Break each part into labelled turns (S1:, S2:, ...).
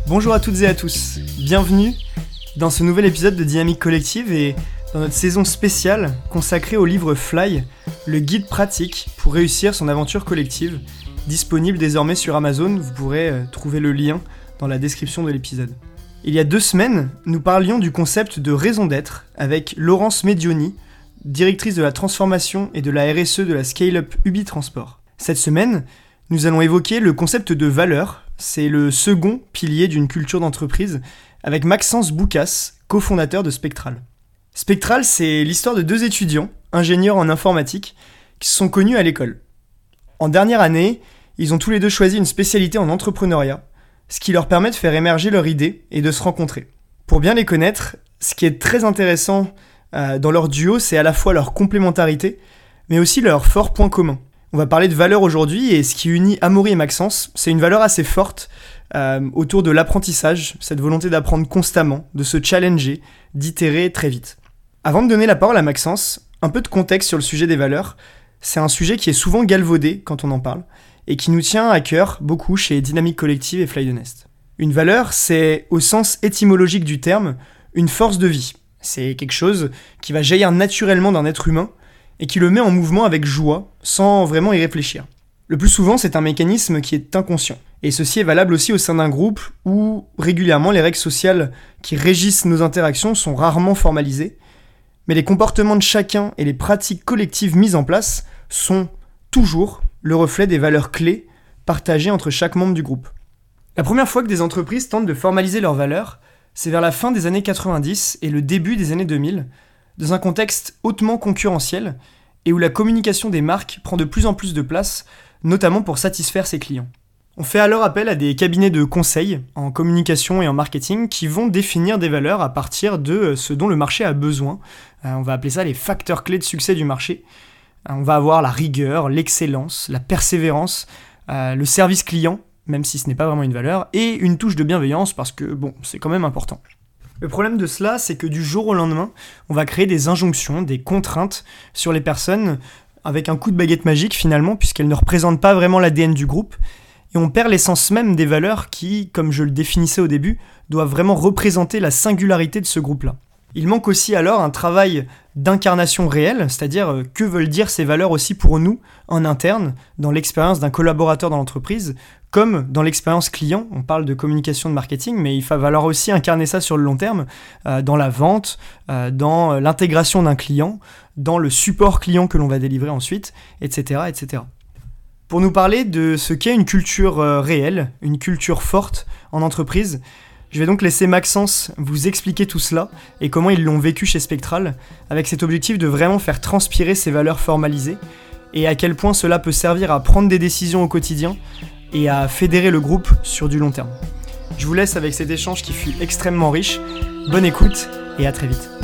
S1: Bonjour à toutes et à tous, bienvenue dans ce nouvel épisode de Dynamique Collective et dans notre saison spéciale consacrée au livre Fly, le guide pratique pour réussir son aventure collective, disponible désormais sur Amazon, vous pourrez trouver le lien dans la description de l'épisode. Il y a 2 semaines, nous parlions du concept de raison d'être avec Laurence Medioni, directrice de la transformation et de la RSE de la Scale-up Ubi Transport. Cette semaine, nous allons évoquer le concept de valeur, c'est le second pilier d'une culture d'entreprise, avec Maxence Boucas, cofondateur de Spectral. Spectral, c'est l'histoire de 2 étudiants, ingénieurs en informatique, qui se sont connus à l'école. En dernière année, ils ont tous les deux choisi une spécialité en entrepreneuriat, ce qui leur permet de faire émerger leur idée et de se rencontrer. Pour bien les connaître, ce qui est très intéressant dans leur duo, c'est à la fois leur complémentarité, mais aussi leurs forts points communs. On va parler de valeur aujourd'hui, et ce qui unit Amaury et Maxence, c'est une valeur assez forte autour de l'apprentissage, cette volonté d'apprendre constamment, de se challenger, d'itérer très vite. Avant de donner la parole à Maxence, un peu de contexte sur le sujet des valeurs. C'est un sujet qui est souvent galvaudé quand on en parle, et qui nous tient à cœur beaucoup chez Dynamique Collective et Fly the Nest. Une valeur, c'est, au sens étymologique du terme, une force de vie. C'est quelque chose qui va jaillir naturellement d'un être humain, et qui le met en mouvement avec joie, sans vraiment y réfléchir. Le plus souvent, c'est un mécanisme qui est inconscient. Et ceci est valable aussi au sein d'un groupe où, régulièrement, les règles sociales qui régissent nos interactions sont rarement formalisées, mais les comportements de chacun et les pratiques collectives mises en place sont toujours le reflet des valeurs clés partagées entre chaque membre du groupe. La première fois que des entreprises tentent de formaliser leurs valeurs, c'est vers la fin des années 90 et le début des années 2000, dans un contexte hautement concurrentiel et où la communication des marques prend de plus en plus de place, notamment pour satisfaire ses clients. On fait alors appel à des cabinets de conseil en communication et en marketing qui vont définir des valeurs à partir de ce dont le marché a besoin. On va appeler ça les facteurs clés de succès du marché. On va avoir la rigueur, l'excellence, la persévérance, le service client, même si ce n'est pas vraiment une valeur, et une touche de bienveillance parce que, c'est quand même important. Le problème de cela, c'est que du jour au lendemain, on va créer des injonctions, des contraintes sur les personnes avec un coup de baguette magique finalement, puisqu'elles ne représentent pas vraiment l'ADN du groupe, et on perd l'essence même des valeurs qui, comme je le définissais au début, doivent vraiment représenter la singularité de ce groupe-là. Il manque aussi alors un travail d'incarnation réelle, c'est-à-dire que veulent dire ces valeurs aussi pour nous, en interne, dans l'expérience d'un collaborateur dans l'entreprise, comme dans l'expérience client. On parle de communication de marketing, mais il va falloir aussi incarner ça sur le long terme, dans la vente, dans l'intégration d'un client, dans le support client que l'on va délivrer ensuite, etc., etc. Pour nous parler de ce qu'est une culture réelle, une culture forte en entreprise, je vais donc laisser Maxence vous expliquer tout cela et comment ils l'ont vécu chez Spectral, avec cet objectif de vraiment faire transpirer ces valeurs formalisées et à quel point cela peut servir à prendre des décisions au quotidien et à fédérer le groupe sur du long terme. Je vous laisse avec cet échange qui fut extrêmement riche. Bonne écoute et à très vite.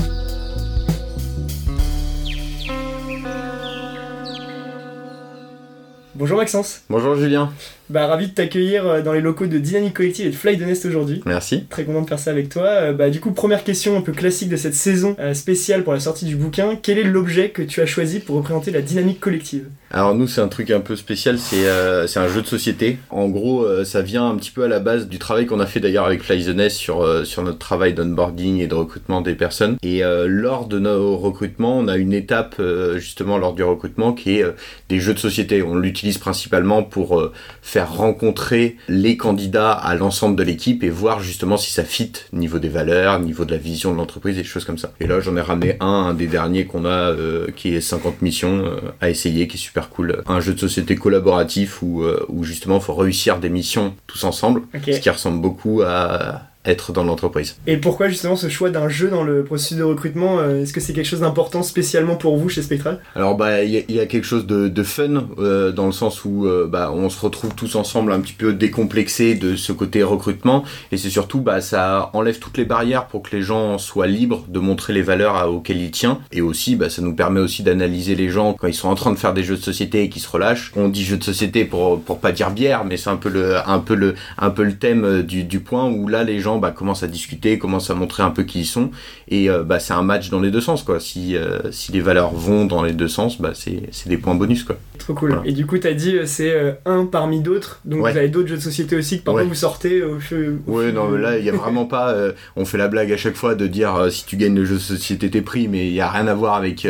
S1: Bonjour Maxence.
S2: Bonjour Julien.
S1: Ravi de t'accueillir dans les locaux de Dynamique Collective et de Fly the Nest aujourd'hui.
S2: Merci.
S1: Très content de faire ça avec toi. Du coup, première question un peu classique de cette saison spéciale pour la sortie du bouquin. Quel est l'objet que tu as choisi pour représenter la dynamique collective ?
S2: Alors nous, c'est un truc un peu spécial, c'est un jeu de société. En gros, ça vient un petit peu à la base du travail qu'on a fait d'ailleurs avec Fly the Nest sur notre travail d'onboarding et de recrutement des personnes. Et lors de nos recrutements, on a une étape justement lors du recrutement qui est des jeux de société. On l'utilise principalement pour faire rencontrer les candidats à l'ensemble de l'équipe et voir justement si ça fit niveau des valeurs, niveau de la vision de l'entreprise et des choses comme ça. Et là, j'en ai ramené un des derniers qu'on a qui est 50 missions à essayer, qui est super cool. Un jeu de société collaboratif où justement il faut réussir des missions tous ensemble, ce qui ressemble beaucoup à être dans l'entreprise.
S1: Et pourquoi justement ce choix d'un jeu dans le processus de recrutement ? Est-ce que c'est quelque chose d'important spécialement pour vous chez Spectral ?
S2: Alors il y a quelque chose de fun dans le sens où on se retrouve tous ensemble un petit peu décomplexés de ce côté recrutement, et c'est surtout ça enlève toutes les barrières pour que les gens soient libres de montrer les valeurs auxquelles ils tiennent, et aussi ça nous permet aussi d'analyser les gens quand ils sont en train de faire des jeux de société et qu'ils se relâchent. On dit jeux de société pour pas dire bière, mais c'est un peu le thème du point où là les gens gens commencent à discuter, commencent à montrer un peu qui ils sont, et c'est un match dans les deux sens, quoi. Si les valeurs vont dans les deux sens, c'est des points bonus, quoi.
S1: Trop cool. Voilà. Et du coup, t'as dit c'est un parmi d'autres, donc vous avez d'autres jeux de société aussi que parfois vous sortez au feu.
S2: Non, mais là il y a vraiment pas. On fait la blague à chaque fois de dire si tu gagnes le jeu de société t'es pris, mais il y a rien à voir avec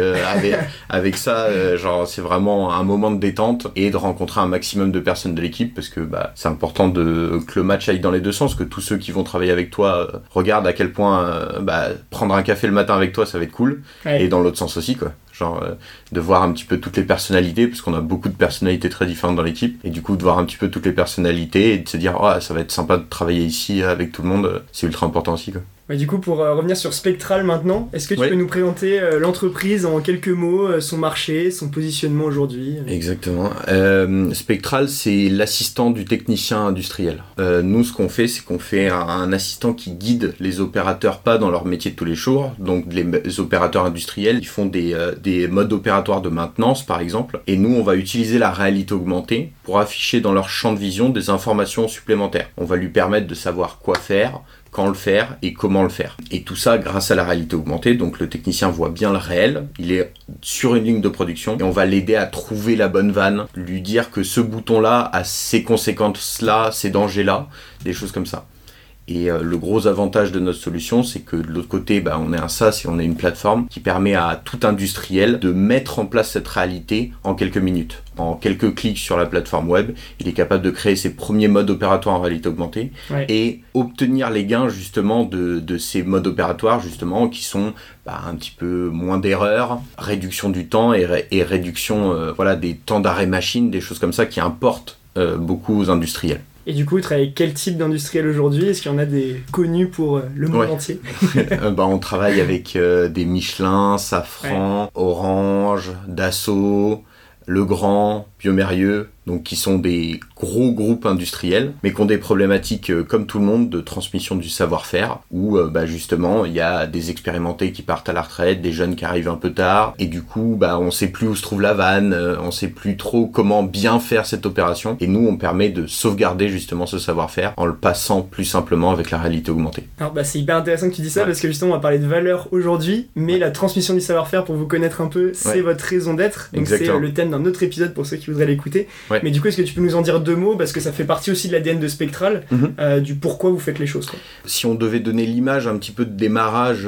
S2: ça. Genre c'est vraiment un moment de détente et de rencontrer un maximum de personnes de l'équipe, parce que c'est important que le match aille dans les deux sens, que tous ceux qui vont travailler avec toi regardent à quel point prendre un café le matin avec toi ça va être cool, et dans l'autre sens aussi, quoi. Genre de voir un petit peu toutes les personnalités, parce qu'on a beaucoup de personnalités très différentes dans l'équipe, et du coup de voir un petit peu toutes les personnalités et de se dire ça va être sympa de travailler ici avec tout le monde, c'est ultra important aussi, quoi.
S1: Ouais, du coup, pour revenir sur Spectral maintenant, est-ce que tu peux nous présenter l'entreprise en quelques mots, son marché, son positionnement aujourd'hui?
S2: Exactement. Spectral, c'est l'assistant du technicien industriel. Nous, ce qu'on fait, c'est qu'on fait un assistant qui guide les opérateurs pas dans leur métier de tous les jours. Donc, les opérateurs industriels, ils font des modes opératoires de maintenance, par exemple. Et nous, on va utiliser la réalité augmentée pour afficher dans leur champ de vision des informations supplémentaires. On va lui permettre de savoir quoi faire, quand le faire et comment le faire. Et tout ça grâce à la réalité augmentée, donc le technicien voit bien le réel, il est sur une ligne de production et on va l'aider à trouver la bonne vanne, lui dire que ce bouton-là a ces conséquences-là, ces dangers-là, des choses comme ça. Et le gros avantage de notre solution, c'est que de l'autre côté, on est un SaaS et on est une plateforme qui permet à tout industriel de mettre en place cette réalité en quelques minutes. En quelques clics sur la plateforme web, il est capable de créer ses premiers modes opératoires en réalité augmentée et obtenir les gains justement de ces modes opératoires justement qui sont un petit peu moins d'erreurs, réduction du temps et réduction des temps d'arrêt machine, des choses comme ça qui importent beaucoup aux industriels.
S1: Et du coup, tu travailles avec quel type d'industriel aujourd'hui? Est-ce qu'il y en a des connus pour le monde entier?
S2: On travaille avec des Michelin, Safran, Orange, Dassault, Legrand, Biomérieux, donc qui sont des gros groupes industriels, mais qui ont des problématiques comme tout le monde de transmission du savoir-faire, où justement il y a des expérimentés qui partent à la retraite, des jeunes qui arrivent un peu tard, et du coup on sait plus où se trouve la vanne, on sait plus trop comment bien faire cette opération, et nous on permet de sauvegarder justement ce savoir-faire en le passant plus simplement avec la réalité augmentée.
S1: Alors c'est hyper intéressant que tu dis ça, parce que justement on va parler de valeur aujourd'hui, mais la transmission du savoir-faire, pour vous connaître un peu, c'est votre raison d'être, donc
S2: exactement.
S1: C'est le thème d'un autre épisode pour ceux qui voudraient l'écouter. Mais du coup, est-ce que tu peux nous en dire deux mots, parce que ça fait partie aussi de l'ADN de Spectral, du pourquoi vous faites les choses, quoi.
S2: Si on devait donner l'image un petit peu de démarrage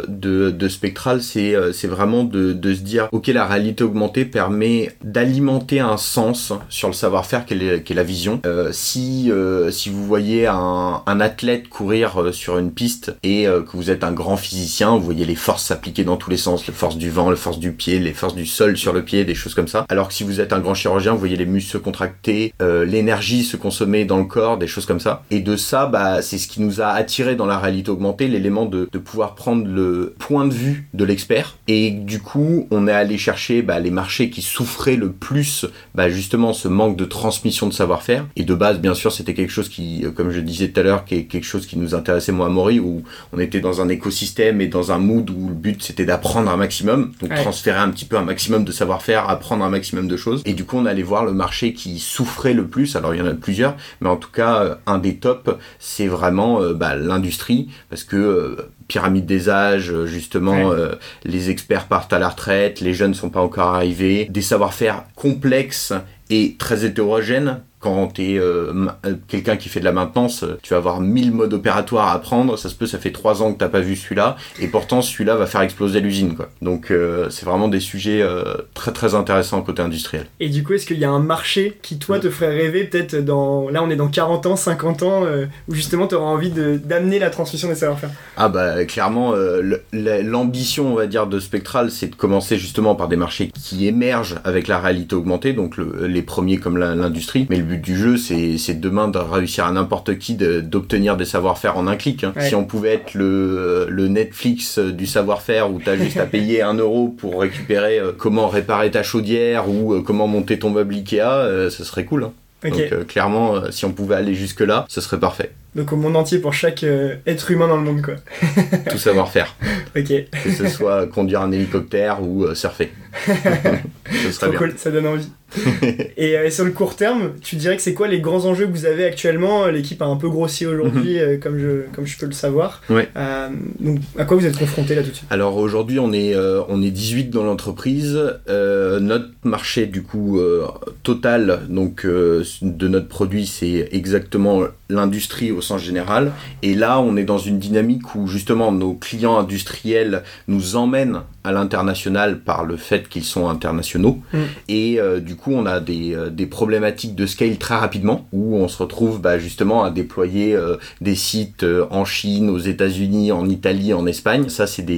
S2: de Spectral, c'est vraiment de se dire ok, la réalité augmentée permet d'alimenter un sens sur le savoir-faire qu'est la vision. Si vous voyez un athlète courir sur une piste et que vous êtes un grand physicien, vous voyez les forces s'appliquer dans tous les sens, les forces du vent, les forces du pied, les forces du sol sur le pied, des choses comme ça. Alors que si vous êtes un grand chirurgien, vous voyez les muscles se contracter, l'énergie se consommer dans le corps, des choses comme ça. Et de ça, c'est ce qui nous a attiré dans la réalité augmentée, l'élément de pouvoir prendre le point de vue de l'expert. Et du coup, on est allé chercher les marchés qui souffraient le plus, justement, ce manque de transmission de savoir-faire. Et de base, bien sûr, c'était quelque chose qui, comme je disais tout à l'heure, qui est quelque chose qui nous intéressait, moi, à Maury, où on était dans un écosystème et dans un mood où le but, c'était d'apprendre un maximum, donc transférer un petit peu un maximum de savoir-faire, apprendre un maximum de choses. Et du coup, on allait voir le marché qui souffrait le plus. Alors il y en a plusieurs, mais en tout cas un des tops, c'est vraiment l'industrie, parce que pyramide des âges, justement, les experts partent à la retraite, les jeunes sont pas encore arrivés, des savoir-faire complexes et très hétérogènes. Quand t'es quelqu'un qui fait de la maintenance, tu vas avoir 1000 modes opératoires à apprendre, ça fait 3 ans que t'as pas vu celui-là, et pourtant celui-là va faire exploser l'usine, quoi. Donc c'est vraiment des sujets très très intéressants côté industriel.
S1: Et du coup, est-ce qu'il y a un marché qui toi te ferait rêver, peut-être là on est dans 40 ans, 50 ans, où justement t'auras envie d'amener la transmission des savoir-faire?
S2: Clairement, l'ambition, on va dire, de Spectral, c'est de commencer justement par des marchés qui émergent avec la réalité augmentée, donc les premiers comme l'industrie, mais le but du jeu, c'est demain de réussir à n'importe qui d'obtenir des savoir-faire en un clic. Si on pouvait être le Netflix du savoir-faire où t'as juste à payer 1 euro pour récupérer comment réparer ta chaudière ou comment monter ton meuble Ikea, ça serait cool. Donc clairement, si on pouvait aller jusque là, ce serait parfait.
S1: Donc au monde entier pour chaque être humain dans le monde, quoi.
S2: Tout savoir-faire.
S1: Ok.
S2: Que ce soit conduire un hélicoptère ou surfer. Ce serait bien.
S1: Cool, ça donne envie. Et sur le court terme, tu dirais que c'est quoi les grands enjeux que vous avez actuellement? L'équipe a un peu grossi aujourd'hui, comme je peux le savoir.
S2: Ouais.
S1: Donc à quoi vous êtes confrontés là tout de suite?
S2: Alors aujourd'hui on est 18 dans l'entreprise. Notre marché du coup total donc de notre produit, c'est exactement l'industrie au sens général. Et là on est dans une dynamique où justement nos clients industriels nous emmènent à l'international par le fait qu'ils sont internationaux. Et du coup on a des problématiques de scale très rapidement où on se retrouve justement à déployer des sites en Chine, aux États-Unis, en Italie, en Espagne. Ça c'est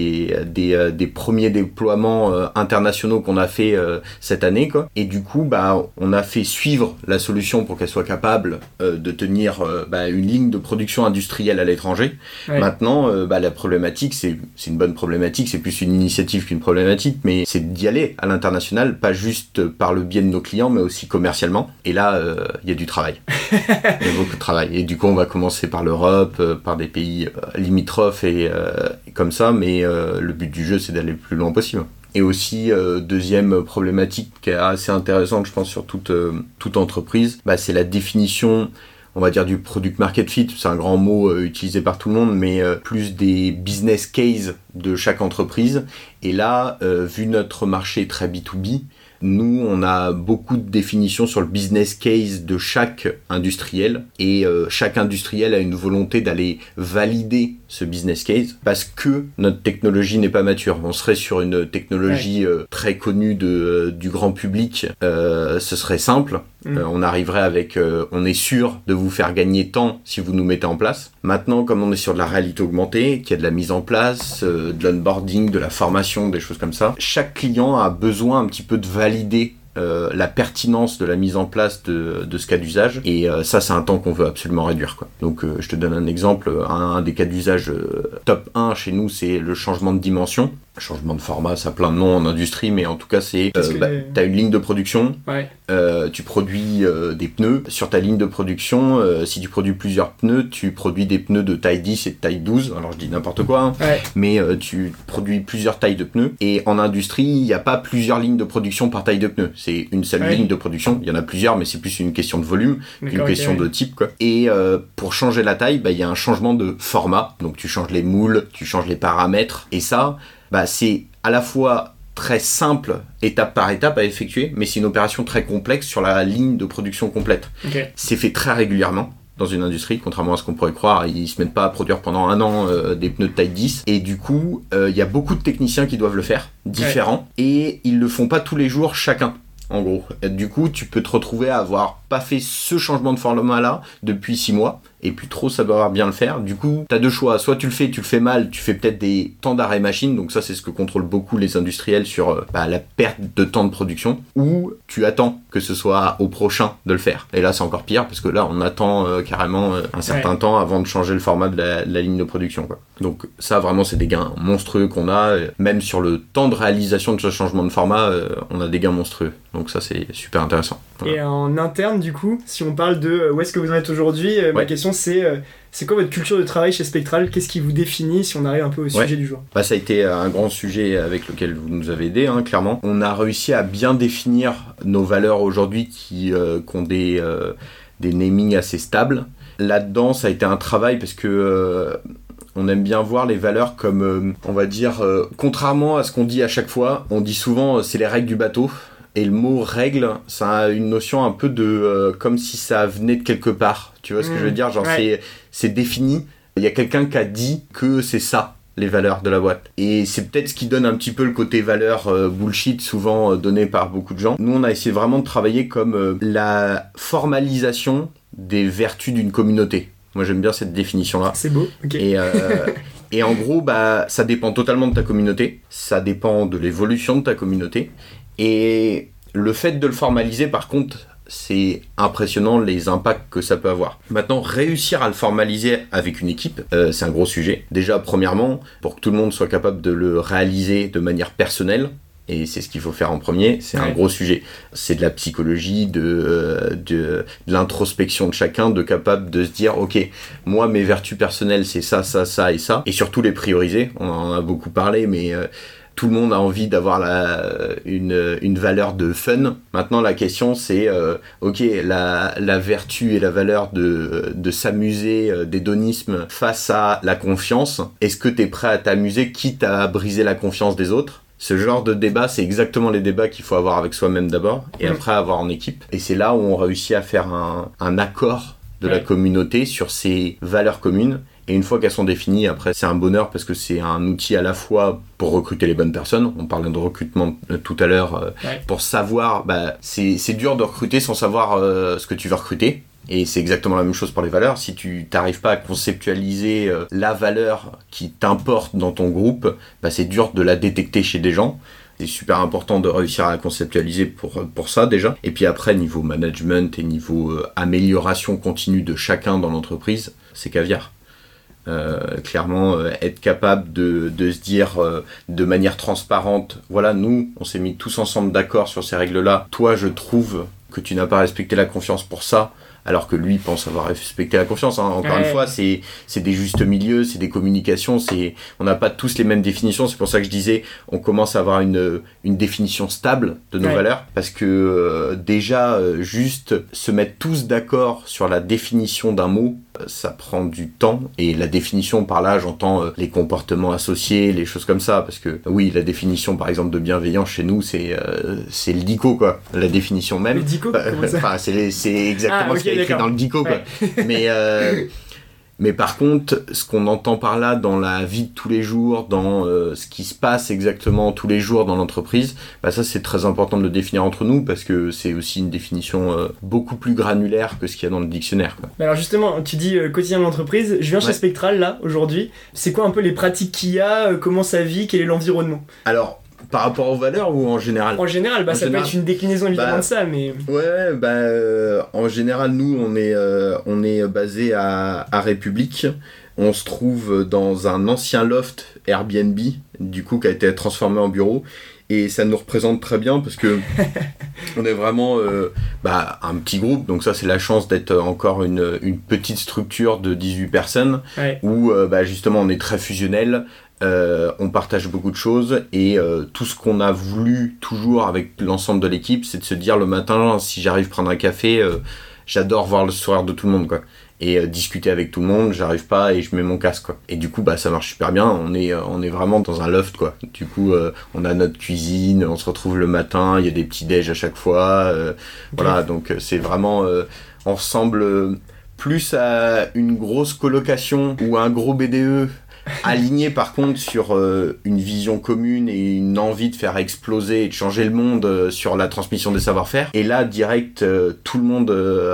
S2: des premiers déploiements internationaux qu'on a fait cette année, quoi. Et du coup on a fait suivre la solution pour qu'elle soit capable de tenir une ligne de production industrielle à l'étranger. Ouais. Maintenant la problématique c'est une bonne problématique, c'est plus une initiative qu'une problématique, mais c'est d'y aller à l'international, pas juste par le biais de nos clients mais aussi commercialement. Et là il y a du travail. Il y a beaucoup de travail. Et du coup on va commencer par l'Europe, par des pays limitrophes et comme ça, mais le but du jeu c'est d'aller le plus loin possible. Et aussi, deuxième problématique qui est assez intéressante, je pense, sur toute entreprise, c'est la définition, on va dire, du product market fit. C'est un grand mot utilisé par tout le monde, mais plus des business cases de chaque entreprise. Et là, vu notre marché très B2B, nous, on a beaucoup de définitions sur le business case de chaque industriel et chaque industriel a une volonté d'aller valider ce business case parce que notre technologie n'est pas mature. On serait sur une technologie très connue du grand public, ce serait simple. On arriverait avec on est sûr de vous faire gagner tant si vous nous mettez en place. Maintenant, comme on est sur de la réalité augmentée, qu'il y a de la mise en place, de l'onboarding, de la formation, des choses comme ça, chaque client a besoin un petit peu de valider la pertinence de la mise en place de ce cas d'usage, et ça c'est un temps qu'on veut absolument réduire, quoi. Donc je te donne un exemple, un des cas d'usage top 1 chez nous, c'est le changement de dimension. Changement de format, ça a plein de noms en industrie, mais en tout cas c'est t'as une ligne de production, tu produis des pneus. Sur ta ligne de production, si tu produis plusieurs pneus, tu produis des pneus de taille 10 et de taille 12, alors je dis n'importe quoi, mais tu produis plusieurs tailles de pneus, et en industrie il n'y a pas plusieurs lignes de production par taille de pneus, c'est une seule ligne de production. Il y en a plusieurs, mais c'est plus une question de volume qu'une question de type, quoi. Et pour changer la taille, il y a un changement de format, donc tu changes les moules, tu changes les paramètres, et ça c'est à la fois très simple, étape par étape à effectuer, mais c'est une opération très complexe sur la ligne de production complète. C'est fait très régulièrement dans une industrie, contrairement à ce qu'on pourrait croire. Ils se mettent pas à produire pendant un an des pneus de taille 10, et du coup il y a beaucoup de techniciens qui doivent le faire, différents, et ils le font pas tous les jours chacun. En gros, et du coup, tu peux te retrouver à avoir pas fait ce changement de format-là depuis 6 mois, et plus trop savoir bien le faire. Du coup, t'as deux choix. Soit tu le fais mal, tu fais peut-être des temps d'arrêt machine, donc ça c'est ce que contrôlent beaucoup les industriels sur la perte de temps de production, ou tu attends que ce soit au prochain de le faire. Et là c'est encore pire, parce que là on attend carrément un certain temps avant de changer le format de la ligne de production, quoi. Donc ça vraiment c'est des gains monstrueux qu'on a, même sur le temps de réalisation de ce changement de format, on a des gains monstrueux. Donc ça c'est super intéressant. Voilà. Et
S1: en interne du coup, si on parle de où est-ce que vous en êtes aujourd'hui, ma question c'est quoi votre culture de travail chez Spectral? Qu'est-ce qui vous définit, si on arrive un peu au sujet du jour?
S2: Ça a été un grand sujet avec lequel vous nous avez aidé, clairement. On a réussi à bien définir nos valeurs aujourd'hui qui ont des namings assez stables. Là-dedans, ça a été un travail parce que on aime bien voir les valeurs comme, on va dire, contrairement à ce qu'on dit à chaque fois, on dit souvent c'est les règles du bateau. Et le mot règle, ça a une notion un peu de comme si ça venait de quelque part. Tu vois ce que je veux dire? Genre c'est défini. Il y a quelqu'un qui a dit que c'est ça, les valeurs de la boîte. Et c'est peut-être ce qui donne un petit peu le côté valeur bullshit souvent donné par beaucoup de gens. Nous, on a essayé vraiment de travailler comme la formalisation des vertus d'une communauté. Moi, j'aime bien cette définition-là.
S1: C'est beau, ok.
S2: Et en gros, ça dépend totalement de ta communauté. Ça dépend de l'évolution de ta communauté. Et le fait de le formaliser, par contre, c'est impressionnant les impacts que ça peut avoir. Maintenant, réussir à le formaliser avec une équipe, c'est un gros sujet. Déjà, premièrement, pour que tout le monde soit capable de le réaliser de manière personnelle Et c'est ce qu'il faut faire en premier, c'est un gros sujet. C'est de la psychologie, de l'introspection de chacun, de capable de se dire, ok, moi mes vertus personnelles c'est ça, ça, ça et ça. Et surtout les prioriser, on en a beaucoup parlé, mais tout le monde a envie d'avoir une valeur de fun. Maintenant la question c'est, ok, la vertu et la valeur de s'amuser, d'hédonisme face à la confiance. Est-ce que t'es prêt à t'amuser quitte à briser la confiance des autres ? Ce genre de débat, c'est exactement les débats qu'il faut avoir avec soi-même d'abord, et après avoir en équipe. Et c'est là où on réussit à faire un accord de la communauté sur ces valeurs communes. Et une fois qu'elles sont définies, après, c'est un bonheur parce que c'est un outil à la fois pour recruter les bonnes personnes. On parlait de recrutement tout à l'heure. Pour savoir, c'est dur de recruter sans savoir ce que tu veux recruter. Et c'est exactement la même chose pour les valeurs. Si tu n'arrives pas à conceptualiser la valeur qui t'importe dans ton groupe, c'est dur de la détecter chez des gens. C'est super important de réussir à la conceptualiser pour ça déjà. Et puis après, niveau management et niveau amélioration continue de chacun dans l'entreprise, c'est caviar. Clairement, être capable de se dire de manière transparente, voilà, nous, on s'est mis tous ensemble d'accord sur ces règles-là. Toi, je trouve que tu n'as pas respecté la confiance pour ça, alors que lui pense avoir respecté la confiance. Encore une fois, c'est des justes milieux, c'est des communications, on n'a pas tous les mêmes définitions. C'est pour ça que je disais, on commence à avoir une définition stable de nos valeurs, parce que déjà, juste se mettre tous d'accord sur la définition d'un mot, ça prend du temps. Et la définition, par là, j'entends les comportements associés, les choses comme ça, parce que oui, la définition, par exemple, de bienveillance chez nous, c'est le DICO, quoi. La définition même.
S1: Le DICO, comment ça ?
S2: C'est exactement ce qu'il y a écrit dans le DICO, quoi. Mais par contre, ce qu'on entend par là dans la vie de tous les jours, dans ce qui se passe exactement tous les jours dans l'entreprise, ça c'est très important de le définir entre nous, parce que c'est aussi une définition beaucoup plus granulaire que ce qu'il y a dans le dictionnaire, quoi.
S1: Alors justement, tu dis quotidien de l'entreprise, je viens chez Spectral là, aujourd'hui. C'est quoi un peu les pratiques qu'il y a, comment ça vit, quel est l'environnement ?
S2: Alors, par rapport aux valeurs ou en général ?
S1: En général, ça peut être une déclinaison évidemment de ça, mais...
S2: En général, nous, on est basé à République. On se trouve dans un ancien loft Airbnb, du coup, qui a été transformé en bureau. Et ça nous représente très bien parce que on est vraiment un petit groupe. Donc ça, c'est la chance d'être encore une petite structure de 18 personnes où justement, on est très fusionnel. On partage beaucoup de choses et tout ce qu'on a voulu toujours avec l'ensemble de l'équipe, c'est de se dire le matin, si j'arrive prendre un café, j'adore voir le sourire de tout le monde, quoi. Et discuter avec tout le monde, j'arrive pas et je mets mon casque, quoi. Et du coup, ça marche super bien. On est vraiment dans un loft, quoi. Du coup, on a notre cuisine, on se retrouve le matin, il y a des petits déj à chaque fois. Voilà, donc c'est vraiment... on ressemble plus à une grosse colocation ou à un gros BDE, aligné par contre sur une vision commune et une envie de faire exploser et de changer le monde sur la transmission des savoir-faire. Et là, direct, tout le monde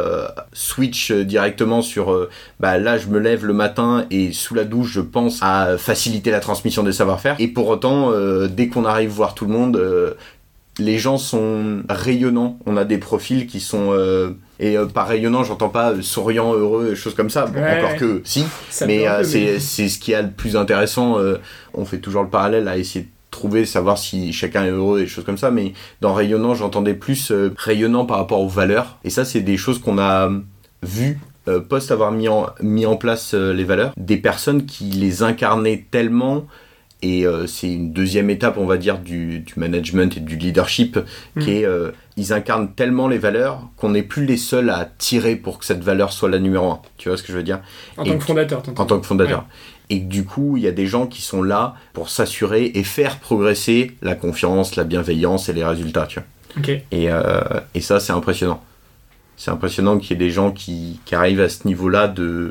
S2: switch directement sur là, je me lève le matin et sous la douche, je pense à faciliter la transmission des savoir-faire. Et pour autant, dès qu'on arrive voir tout le monde, les gens sont rayonnants. On a des profils qui sont... Et par rayonnant, j'entends pas souriant, heureux, choses comme ça. Bon, encore que si, mais c'est ce qui est le plus intéressant. On fait toujours le parallèle à essayer de trouver, savoir si chacun est heureux et choses comme ça. Mais dans rayonnant, j'entendais plus rayonnant par rapport aux valeurs. Et ça, c'est des choses qu'on a vues post avoir mis en place les valeurs. Des personnes qui les incarnaient tellement... Et c'est une deuxième étape, on va dire, du management et du leadership, qui est, ils incarnent tellement les valeurs qu'on n'est plus les seuls à tirer pour que cette valeur soit la numéro 1. Tu vois ce que je veux dire ?
S1: En tant que fondateur.
S2: En tant que fondateur. Ouais. Et du coup, il y a des gens qui sont là pour s'assurer et faire progresser la confiance, la bienveillance et les résultats, tu vois.
S1: Okay.
S2: Et ça, c'est impressionnant. C'est impressionnant qu'il y ait des gens qui arrivent à ce niveau-là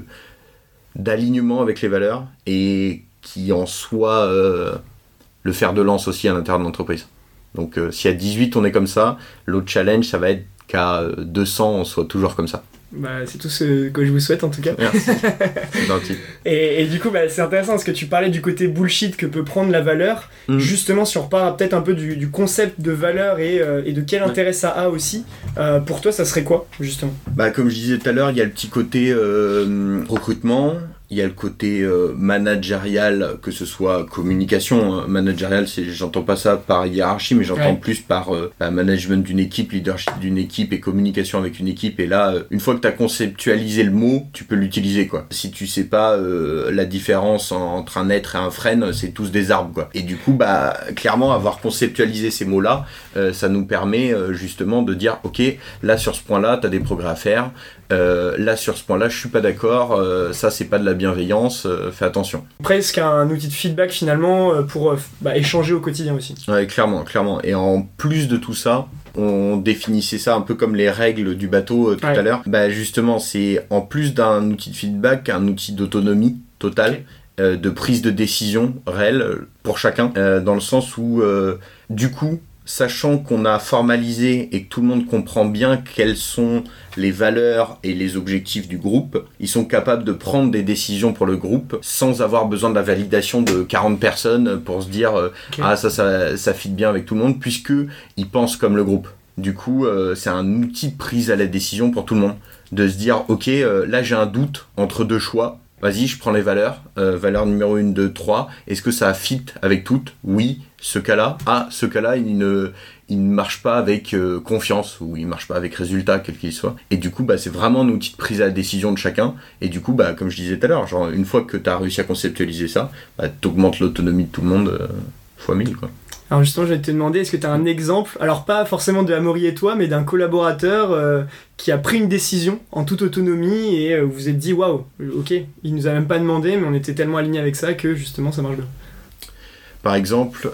S2: d'alignement avec les valeurs et qui en soit le fer de lance aussi à l'intérieur de l'entreprise. Donc si à 18 on est comme ça, l'autre challenge ça va être qu'à 200 on soit toujours comme ça.
S1: C'est tout ce que je vous souhaite en tout cas.
S2: Merci. C'est gentil.
S1: Et du coup c'est intéressant parce que tu parlais du côté bullshit que peut prendre la valeur. Justement si on repart peut-être un peu du concept de valeur et de quel intérêt ça a aussi, pour toi ça serait quoi justement ?
S2: Comme je disais tout à l'heure, il y a le petit côté recrutement, il y a le côté managérial, que ce soit communication, hein. Managérial, j'entends pas ça par hiérarchie, mais j'entends plus par management d'une équipe, leadership d'une équipe et communication avec une équipe. Et là, une fois que tu as conceptualisé le mot, tu peux l'utiliser, quoi. Si tu sais pas la différence entre un être et un frêne, c'est tous des arbres, quoi. Et du coup, clairement, avoir conceptualisé ces mots-là, ça nous permet justement de dire, ok, là sur ce point-là, tu as des progrès à faire. Là sur ce point-là je suis pas d'accord, ça c'est pas de la bienveillance, fais attention.
S1: Presque un outil de feedback finalement pour échanger au quotidien aussi.
S2: Ouais, clairement. Et en plus de tout ça, on définissait ça un peu comme les règles du bateau tout à l'heure. Justement, c'est en plus d'un outil de feedback, un outil d'autonomie totale, de prise de décision réelle pour chacun, dans le sens où du coup, sachant qu'on a formalisé et que tout le monde comprend bien quelles sont les valeurs et les objectifs du groupe, ils sont capables de prendre des décisions pour le groupe sans avoir besoin de la validation de 40 personnes pour se dire ça fit bien avec tout le monde, puisqu'ils pensent comme le groupe. Du coup, c'est un outil de prise à la décision pour tout le monde, de se dire ok, là j'ai un doute entre deux choix. Vas-y, je prends les valeurs. Valeur numéro 1, 2, 3. Est-ce que ça fit avec toutes ? Oui. Ce cas-là, il ne marche pas avec confiance, ou il marche pas avec résultat, quel qu'il soit. Et du coup, c'est vraiment un outil de prise à la décision de chacun. Et du coup, comme je disais tout à l'heure, genre, une fois que tu as réussi à conceptualiser ça, t'augmentes l'autonomie de tout le monde fois 1000, quoi.
S1: Alors justement, je vais te demander, est-ce que tu as un exemple, alors pas forcément de Amaury et toi, mais d'un collaborateur qui a pris une décision en toute autonomie et vous vous êtes dit, waouh, ok, il nous a même pas demandé, mais on était tellement alignés avec ça que justement ça marche bien.
S2: Par exemple,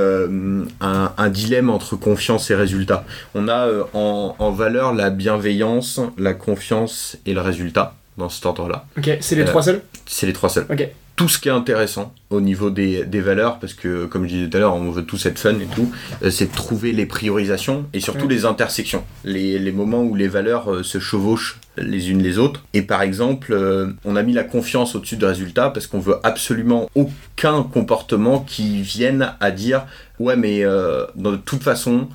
S2: un dilemme entre confiance et résultat. On a en valeur la bienveillance, la confiance et le résultat, dans cet ordre-là.
S1: Ok, c'est les trois seuls ?
S2: C'est les trois seuls.
S1: Ok.
S2: Tout ce qui est intéressant au niveau des valeurs, parce que comme je disais tout à l'heure, on veut tous être fun et tout, c'est de trouver les priorisations et surtout les intersections, les moments où les valeurs se chevauchent les unes les autres. Et par exemple, on a mis la confiance au-dessus du résultat parce qu'on veut absolument aucun comportement qui vienne à dire ouais mais de toute façon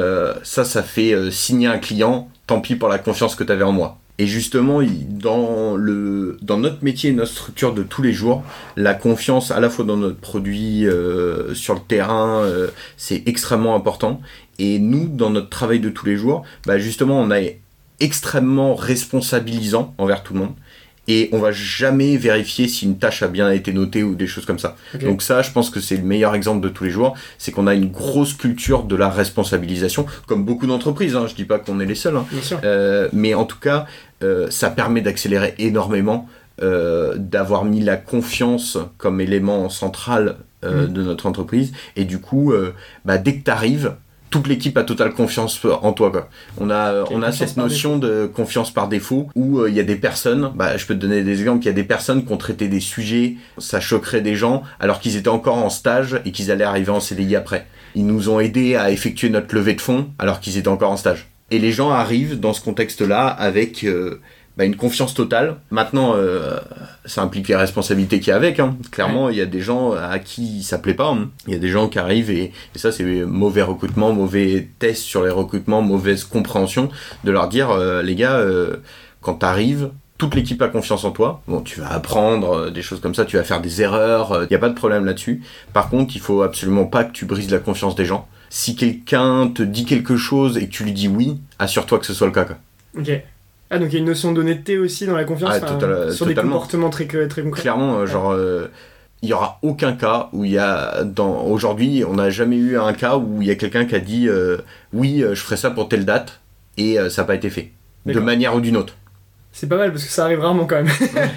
S2: ça fait signer un client, tant pis pour la confiance que tu avais en moi. Et justement, dans notre métier et notre structure de tous les jours, la confiance à la fois dans notre produit, sur le terrain, c'est extrêmement important. Et nous, dans notre travail de tous les jours, justement, on est extrêmement responsabilisant envers tout le monde. Et on va jamais vérifier si une tâche a bien été notée ou des choses comme ça. Okay. Donc ça, je pense que c'est le meilleur exemple de tous les jours, c'est qu'on a une grosse culture de la responsabilisation, comme beaucoup d'entreprises, hein. Je dis pas qu'on est les seuls, hein.
S1: Bien sûr.
S2: Mais en tout cas, ça permet d'accélérer énormément, d'avoir mis la confiance comme élément central de notre entreprise. Et du coup, dès que tu arrives, toute l'équipe a totale confiance en toi, quoi. On a cette notion de confiance par défaut où il y a des personnes, je peux te donner des exemples, il y a des personnes qui ont traité des sujets, ça choquerait des gens alors qu'ils étaient encore en stage et qu'ils allaient arriver en CDI après. Ils nous ont aidés à effectuer notre levée de fonds alors qu'ils étaient encore en stage. Et les gens arrivent dans ce contexte-là avec une confiance totale. Maintenant, ça implique les responsabilités qu'il y a avec, hein. Clairement, il y a des gens à qui ça plaît pas, hein. Il y a des gens qui arrivent et ça, c'est mauvais recrutement, mauvais test sur les recrutements, mauvaise compréhension, de leur dire, les gars, quand t'arrives, toute l'équipe a confiance en toi. Bon, tu vas apprendre des choses comme ça, tu vas faire des erreurs, il n'y a pas de problème là-dessus. Par contre, il faut absolument pas que tu brises la confiance des gens. Si quelqu'un te dit quelque chose et que tu lui dis oui, assure-toi que ce soit le cas, quoi.
S1: Ok. Ah, donc il y a une notion d'honnêteté aussi dans la confiance, sur
S2: totalement.
S1: Des comportements très concrets.
S2: Clairement, il y aura aucun cas où il y a aujourd'hui, on n'a jamais eu un cas où il y a quelqu'un qui a dit oui, je ferai ça pour telle date et ça n'a pas été fait. D'accord. De manière ou d'une autre.
S1: C'est pas mal parce que ça arrive rarement quand même.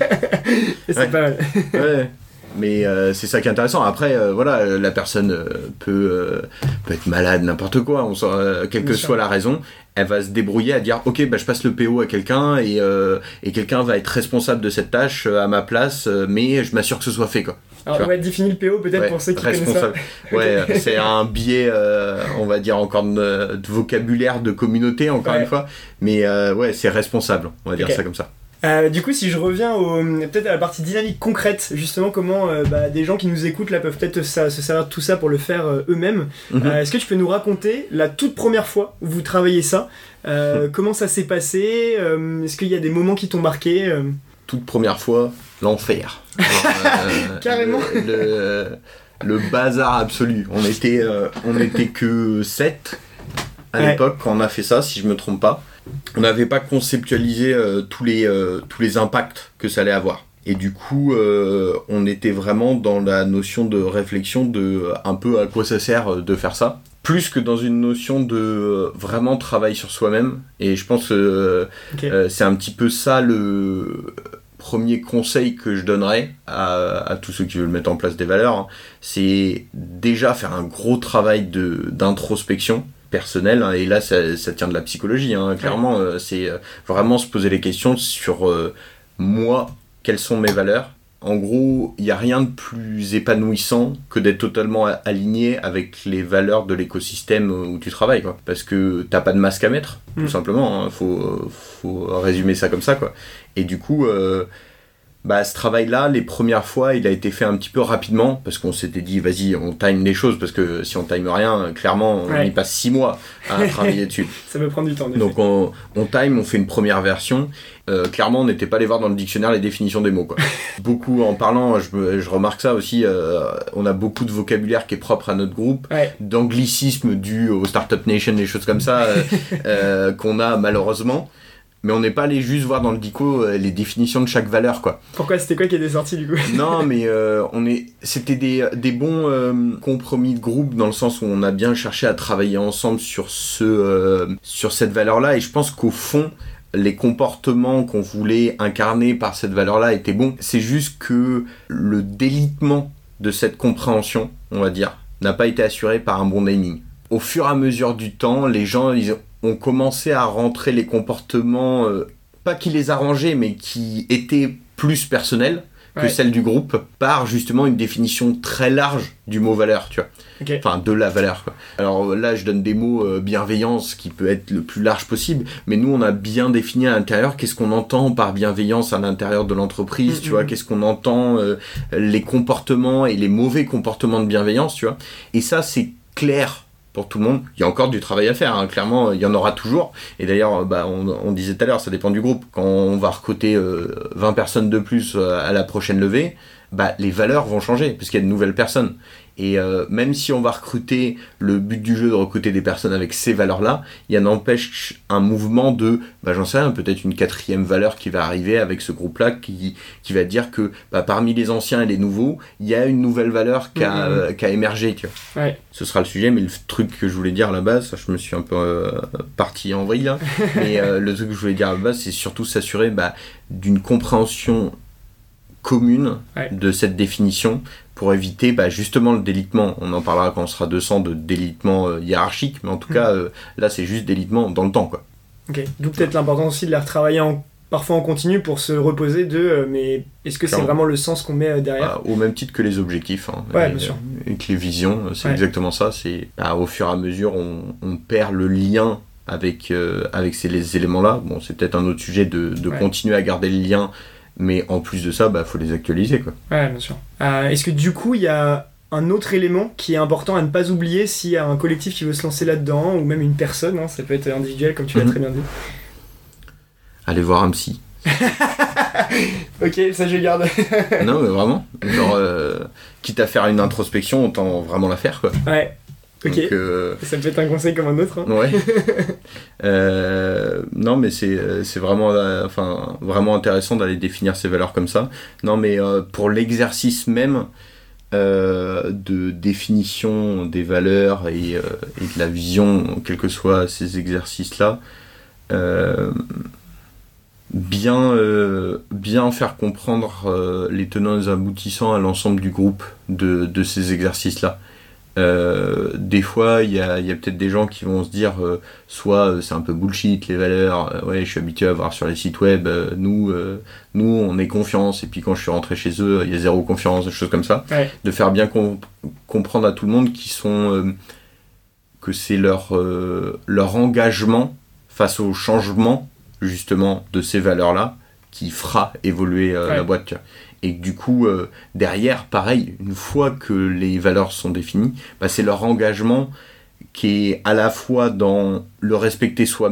S1: Et c'est pas mal.
S2: Ouais. Mais c'est ça qui est intéressant. Après, la personne peut être malade, n'importe quoi, quelle que soit la raison, elle va se débrouiller à dire ok, je passe le PO à quelqu'un et quelqu'un va être responsable de cette tâche à ma place, mais je m'assure que ce soit fait, quoi.
S1: Alors ouais, définir le PO peut-être pour ceux qui connaissent ça.
S2: Ouais, c'est un biais, on va dire encore de vocabulaire de communauté encore une fois, mais c'est responsable, on va dire ça comme ça.
S1: Du coup, si je reviens peut-être à la partie dynamique concrète, justement, comment des gens qui nous écoutent là peuvent peut-être se servir de tout ça pour le faire eux-mêmes. Est-ce que tu peux nous raconter la toute première fois où vous travaillez ça, comment ça s'est passé, est-ce qu'il y a des moments qui t'ont marqué
S2: Toute première fois, l'enfer.
S1: Carrément.
S2: Le bazar absolu. On était que 7 à l'époque quand on a fait ça, si je me trompe pas. On n'avait pas conceptualisé tous les impacts que ça allait avoir. Et du coup, on était vraiment dans la notion de réflexion de un peu à quoi ça sert de faire ça. Plus que dans une notion de vraiment travail sur soi-même. Et je pense que c'est un petit peu ça le premier conseil que je donnerais à tous ceux qui veulent mettre en place des valeurs. Hein. C'est déjà faire un gros travail d'introspection personnelle. Hein, et là, ça tient de la psychologie. Hein, clairement, c'est vraiment se poser les questions sur moi, quelles sont mes valeurs. En gros, il n'y a rien de plus épanouissant que d'être totalement aligné avec les valeurs de l'écosystème où tu travailles, quoi. Parce que t'as pas de masque à mettre, tout simplement. Hein. Faut résumer ça comme ça, quoi. Et du coup, ce travail-là, les premières fois, il a été fait un petit peu rapidement, parce qu'on s'était dit, vas-y, on time les choses, parce que si on time rien, clairement, on y passe 6 mois à travailler dessus.
S1: Ça peut prendre du temps, en effet.
S2: Donc on time, on fait une première version. Clairement, on n'était pas allé voir dans le dictionnaire les définitions des mots, quoi. Beaucoup en parlant, je remarque ça aussi, on a beaucoup de vocabulaire qui est propre à notre groupe, d'anglicisme dû au Startup Nation, des choses comme ça, qu'on a malheureusement. Mais on n'est pas allé juste voir dans le dico les définitions de chaque valeur, quoi.
S1: Pourquoi? C'était quoi qui était sorti, du coup?
S2: Non, mais c'était des bons compromis de groupe, dans le sens où on a bien cherché à travailler ensemble sur cette valeur-là. Et je pense qu'au fond, les comportements qu'on voulait incarner par cette valeur-là étaient bons. C'est juste que le délitement de cette compréhension, on va dire, n'a pas été assuré par un bon naming. Au fur et à mesure du temps, les gens ont commencé à rentrer les comportements, pas qui les arrangeaient, mais qui étaient plus personnels que celles du groupe, par justement une définition très large du mot valeur, tu vois. Enfin, de la valeur, quoi. Alors là, je donne des mots bienveillance, qui peut être le plus large possible, mais nous, on a bien défini à l'intérieur qu'est-ce qu'on entend par bienveillance à l'intérieur de l'entreprise, tu vois, qu'est-ce qu'on entend, les comportements et les mauvais comportements de bienveillance, tu vois. Et ça, c'est clair pour tout le monde. Il y a encore du travail à faire, hein. Clairement, il y en aura toujours. Et d'ailleurs, on disait tout à l'heure, ça dépend du groupe. Quand on va recruter 20 personnes de plus à la prochaine levée, les valeurs vont changer, parce qu'il y a de nouvelles personnes. Et même si on va recruter, le but du jeu de recruter des personnes avec ces valeurs-là, il y en empêche un mouvement de, j'en sais rien, peut-être une 4e valeur qui va arriver avec ce groupe-là, qui va dire que parmi les anciens et les nouveaux, il y a une nouvelle valeur qui a émergé, tu vois. Ouais. Ce sera le sujet, mais le truc que je voulais dire à la base, je me suis un peu parti en vrille, là, mais le truc que je voulais dire à la base, c'est surtout s'assurer d'une compréhension commune de cette définition, pour éviter justement le délitement. On en parlera quand on sera 200 de délitement hiérarchique, mais en tout cas, là, c'est juste délitement dans le temps, quoi.
S1: Ok, d'où peut-être l'importance aussi de les retravailler parfois en continu pour se reposer mais est-ce que c'est vraiment le sens qu'on met derrière?
S2: Au même titre que les objectifs, hein,
S1: bien sûr.
S2: Et que les visions, c'est exactement ça. C'est, au fur et à mesure, on perd le lien avec ces éléments-là. Bon, c'est peut-être un autre sujet de continuer à garder le lien, mais en plus de ça, faut les actualiser, quoi.
S1: Ouais, bien sûr. Est-ce que du coup, il y a un autre élément qui est important à ne pas oublier s'il y a un collectif qui veut se lancer là-dedans, ou même une personne, hein, ça peut être individuel, comme tu l'as très bien dit.
S2: Allez voir un psy.
S1: Ok, ça je garde.
S2: Non, mais vraiment. Genre, quitte à faire une introspection, autant vraiment la faire, quoi.
S1: Ouais. Ok, donc, ça peut être un conseil comme un autre. Hein.
S2: Ouais. Non, mais c'est vraiment, vraiment intéressant d'aller définir ces valeurs comme ça. Non, mais pour l'exercice même de définition des valeurs et de la vision, quels que soient ces exercices-là, bien faire comprendre les tenants et les aboutissants à l'ensemble du groupe de ces exercices-là. Des fois il y a peut-être des gens qui vont se dire soit c'est un peu bullshit les valeurs, je suis habitué à voir sur les sites web, nous on est confiance, et puis quand je suis rentré chez eux il y a zéro confiance, des choses comme ça. De faire bien comprendre à tout le monde que c'est leur engagement face au changement justement de ces valeurs là qui fera évoluer la boîte, tu vois. Et du coup, derrière, pareil, une fois que les valeurs sont définies, c'est leur engagement qui est à la fois dans le respecter soi-même,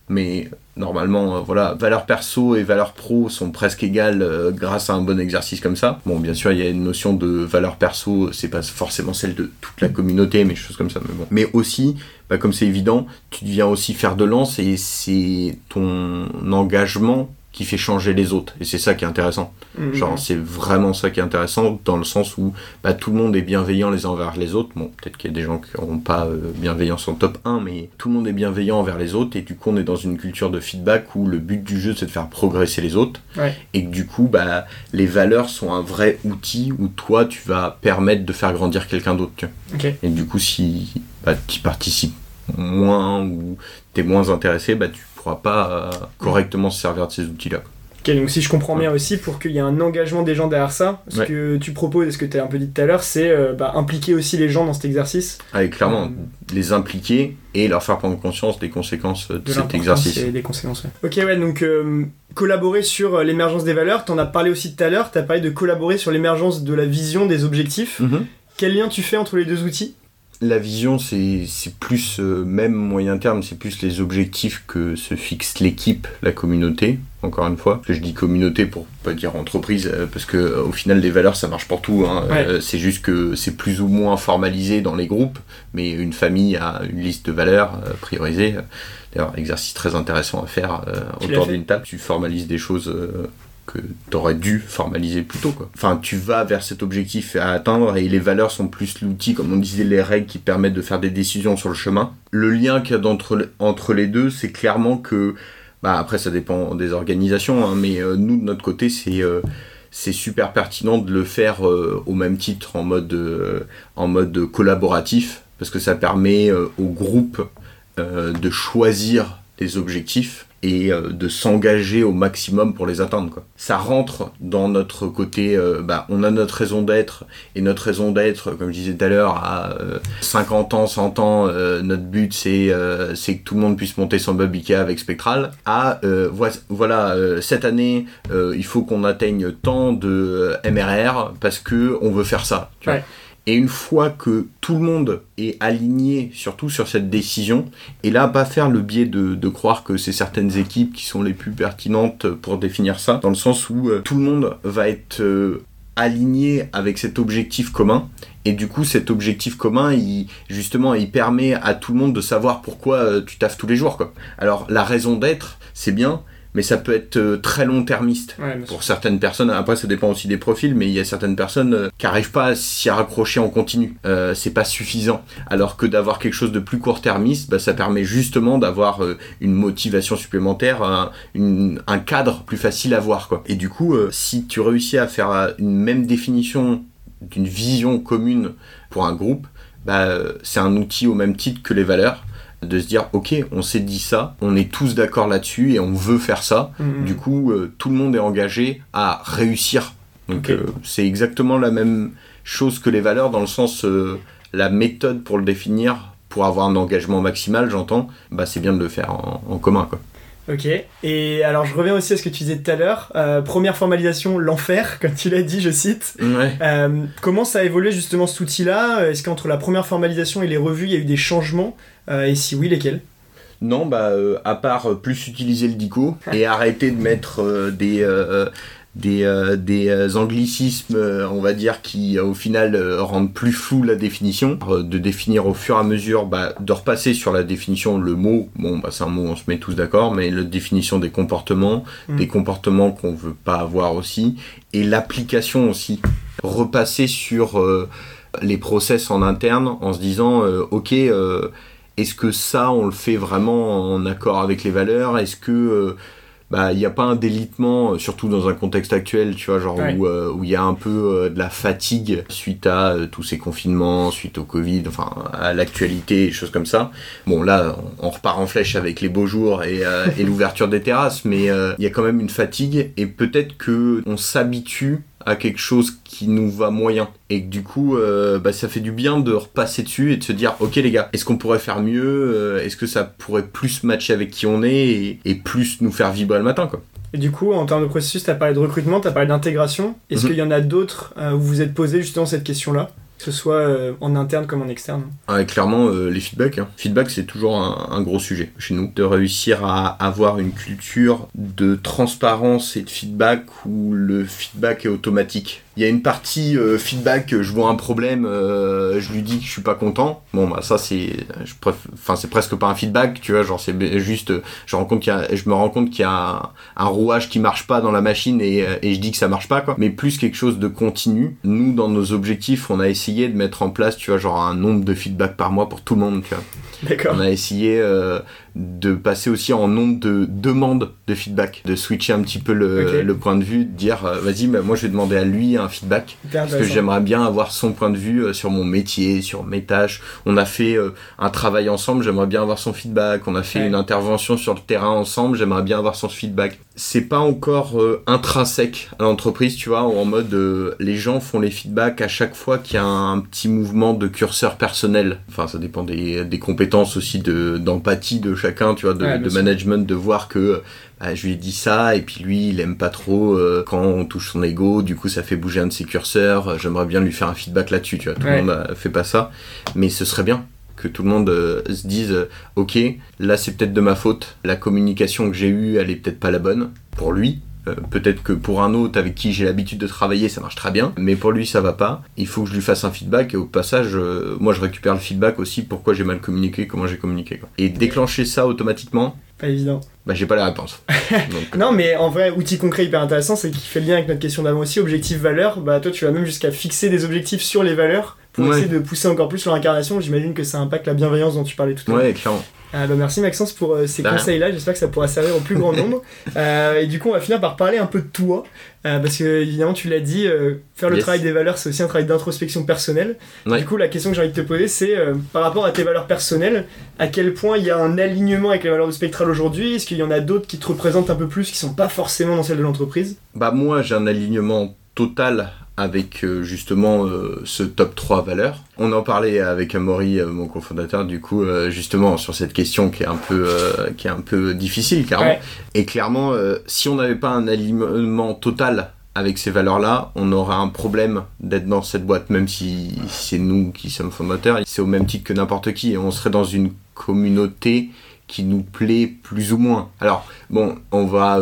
S2: mais normalement, valeurs perso et valeurs pro sont presque égales grâce à un bon exercice comme ça. Bon, bien sûr, il y a une notion de valeur perso, c'est pas forcément celle de toute la communauté, mais choses comme ça. Mais bon. Mais aussi, comme c'est évident, tu viens aussi faire de lance et c'est ton engagement qui fait changer les autres. Et c'est ça qui est intéressant. Genre, c'est vraiment ça qui est intéressant, dans le sens où tout le monde est bienveillant les uns envers les autres. Bon, peut-être qu'il y a des gens qui n'auront pas bienveillance en top 1, mais tout le monde est bienveillant envers les autres. Et du coup, on est dans une culture de feedback où le but du jeu, c'est de faire progresser les autres.
S1: Ouais.
S2: Et que du coup, les valeurs sont un vrai outil où toi, tu vas permettre de faire grandir quelqu'un d'autre. Tu vois.
S1: Okay.
S2: Et du coup, si tu participes moins ou t'es moins intéressé, tu pourras pas correctement se servir de ces outils-là.
S1: Ok, donc si je comprends bien aussi, pour qu'il y ait un engagement des gens derrière ça, ce que tu proposes et ce que tu as un peu dit tout à l'heure, c'est impliquer aussi les gens dans cet exercice.
S2: Ah, clairement, les impliquer et leur faire prendre conscience des conséquences de cet exercice.
S1: Et des conséquences, ouais. Ok, ouais, donc collaborer sur l'émergence des valeurs, t'en as parlé aussi tout à l'heure, t'as parlé de collaborer sur l'émergence de la vision, des objectifs. Quel lien tu fais entre les deux outils ?
S2: La vision, c'est plus, même moyen terme, c'est plus les objectifs que se fixe l'équipe, la communauté, encore une fois. Que je dis communauté pour pas dire entreprise, parce que au final, les valeurs, ça marche partout. Hein.
S1: Ouais.
S2: C'est juste que c'est plus ou moins formalisé dans les groupes, mais une famille a une liste de valeurs priorisées. D'ailleurs, exercice très intéressant à faire autour d'une table. Tu formalises des choses... que t'aurais dû formaliser plus tôt, quoi. Enfin, tu vas vers cet objectif à atteindre et les valeurs sont plus l'outil, comme on disait, les règles qui permettent de faire des décisions sur le chemin. Le lien qu'il y a entre les deux, c'est clairement que, après ça dépend des organisations, hein, mais nous de notre côté, c'est super pertinent de le faire au même titre en mode collaboratif, parce que ça permet au groupe de choisir des objectifs et de s'engager au maximum pour les atteindre, quoi. Ça rentre dans notre côté, on a notre raison d'être, et notre raison d'être, comme je disais tout à l'heure, à 50 ans, 100 ans, notre but c'est que tout le monde puisse monter son Ikea avec Spectral, cette année, il faut qu'on atteigne tant de MRR parce que on veut faire ça, tu vois. Et une fois que tout le monde est aligné, surtout sur cette décision, et là, pas faire le biais de croire que c'est certaines équipes qui sont les plus pertinentes pour définir ça, dans le sens où tout le monde va être aligné avec cet objectif commun, et du coup, cet objectif commun, il permet à tout le monde de savoir pourquoi tu taffes tous les jours, quoi. Alors, la raison d'être, c'est bien, mais ça peut être très long-termiste pour certaines personnes. Après, ça dépend aussi des profils, mais il y a certaines personnes qui n'arrivent pas à s'y raccrocher en continu. C'est pas suffisant. Alors que d'avoir quelque chose de plus court-termiste, ça permet justement d'avoir une motivation supplémentaire, un cadre plus facile à voir, quoi. Et du coup, si tu réussis à faire une même définition d'une vision commune pour un groupe, c'est un outil au même titre que les valeurs. De se dire, ok, on s'est dit ça, on est tous d'accord là-dessus et on veut faire ça. Du coup, tout le monde est engagé à réussir. Donc, c'est exactement la même chose que les valeurs, dans le sens, la méthode pour le définir, pour avoir un engagement maximal, j'entends, c'est bien de le faire en commun, quoi.
S1: Ok, et alors je reviens aussi à ce que tu disais tout à l'heure, première formalisation, l'enfer, comme tu l'as dit, je cite.
S2: Ouais.
S1: Comment ça a évolué justement cet outil-là ? Est-ce qu'entre la première formalisation et les revues, il y a eu des changements ? Et si oui, lesquels ?
S2: Non, à part plus utiliser le dico et arrêter de mettre des anglicismes, on va dire, qui au final rendent plus flou la définition, de définir au fur et à mesure, de repasser sur la définition, le mot, c'est un mot, on se met tous d'accord, mais la définition des comportements qu'on veut pas avoir aussi, et l'application aussi, repasser sur les process en interne en se disant, est-ce que ça, on le fait vraiment en accord avec les valeurs ? Est-ce que il n'y a pas un délitement, surtout dans un contexte actuel, tu vois, genre où il y a un peu de la fatigue suite à tous ces confinements, suite au Covid, enfin à l'actualité, des choses comme ça. Bon, là, on repart en flèche avec les beaux jours et l'ouverture des terrasses, mais il y a quand même une fatigue, et peut-être qu'on s'habitue à quelque chose qui nous va moyen, et que du coup ça fait du bien de repasser dessus et de se dire, ok les gars, est-ce qu'on pourrait faire mieux, est-ce que ça pourrait plus matcher avec qui on est et plus nous faire vibrer le matin, quoi.
S1: Et du coup, en termes de processus, t'as parlé de recrutement, t'as parlé d'intégration. Est-ce qu'il y en a d'autres où vous êtes posé justement cette question-là ? que ce soit en interne comme en externe.
S2: Ah, clairement, les feedbacks. Feedback, c'est toujours un gros sujet chez nous. De réussir à avoir une culture de transparence et de feedback où le feedback est automatique. Il y a une partie feedback, je vois un problème, je lui dis que je suis pas content. Bon, bah ça c'est presque pas un feedback, tu vois, genre c'est juste, je me rends compte qu'il y a un rouage qui marche pas dans la machine et je dis que ça marche pas, quoi. Mais plus quelque chose de continu. Nous, dans nos objectifs, on a essayé de mettre en place, tu vois, genre un nombre de feedbacks par mois pour tout le monde, tu vois.
S1: D'accord.
S2: On a essayé de passer aussi en nombre de demandes de feedback, de switcher un petit peu le point de vue, de dire vas-y, bah, moi je vais demander à lui un feedback parce que j'aimerais bien avoir son point de vue sur mon métier, sur mes tâches. On a fait un travail ensemble, j'aimerais bien avoir son feedback. On a fait une intervention sur le terrain ensemble, j'aimerais bien avoir son feedback. C'est pas encore intrinsèque à l'entreprise, tu vois, en mode les gens font les feedbacks à chaque fois qu'il y a un petit mouvement de curseur personnel. Enfin, ça dépend des compétences aussi d'empathie de chacun, tu vois, de management, de voir que je lui ai dit ça et puis lui il aime pas trop quand on touche son ego, du coup ça fait bouger un de ses curseurs, j'aimerais bien lui faire un feedback là-dessus, tu vois. Tout le monde fait pas ça, mais ce serait bien que tout le monde se dise ok, là c'est peut-être de ma faute, la communication que j'ai eue elle est peut-être pas la bonne pour lui. Peut-être que pour un autre avec qui j'ai l'habitude de travailler ça marche très bien, mais pour lui ça va pas, il faut que je lui fasse un feedback et au passage moi je récupère le feedback aussi, pourquoi j'ai mal communiqué, comment j'ai communiqué, quoi. Et déclencher ça automatiquement,
S1: pas évident.
S2: Bah j'ai pas la réponse. Donc...
S1: Non mais en vrai, outil concret hyper intéressant, c'est qu'il fait le lien avec notre question d'avant aussi, objectif valeur, bah toi tu vas même jusqu'à fixer des objectifs sur les valeurs pour essayer de pousser encore plus leur incarnation. J'imagine que ça impacte la bienveillance dont tu parlais tout à l'heure.
S2: Ouais, clairement.
S1: Bah merci Maxence pour ces conseils-là, j'espère que ça pourra servir au plus grand nombre. Et du coup on va finir par parler un peu de toi, parce que évidemment tu l'as dit, faire le travail des valeurs c'est aussi un travail d'introspection personnelle. Du coup la question que j'ai envie de te poser c'est par rapport à tes valeurs personnelles, à quel point il y a un alignement avec les valeurs de Spectral aujourd'hui? Est-ce qu'il y en a d'autres qui te représentent un peu plus, qui sont pas forcément dans celles de l'entreprise?
S2: Bah moi j'ai un alignement total avec justement ce top 3 valeurs. On en parlait avec Amaury, mon cofondateur, du coup justement sur cette question qui est un peu difficile clairement. Et clairement si on n'avait pas un alignement total avec ces valeurs-là, on aurait un problème d'être dans cette boîte, même si c'est nous qui sommes fondateurs, c'est au même titre que n'importe qui, et on serait dans une communauté qui nous plaît plus ou moins. Alors, bon, on va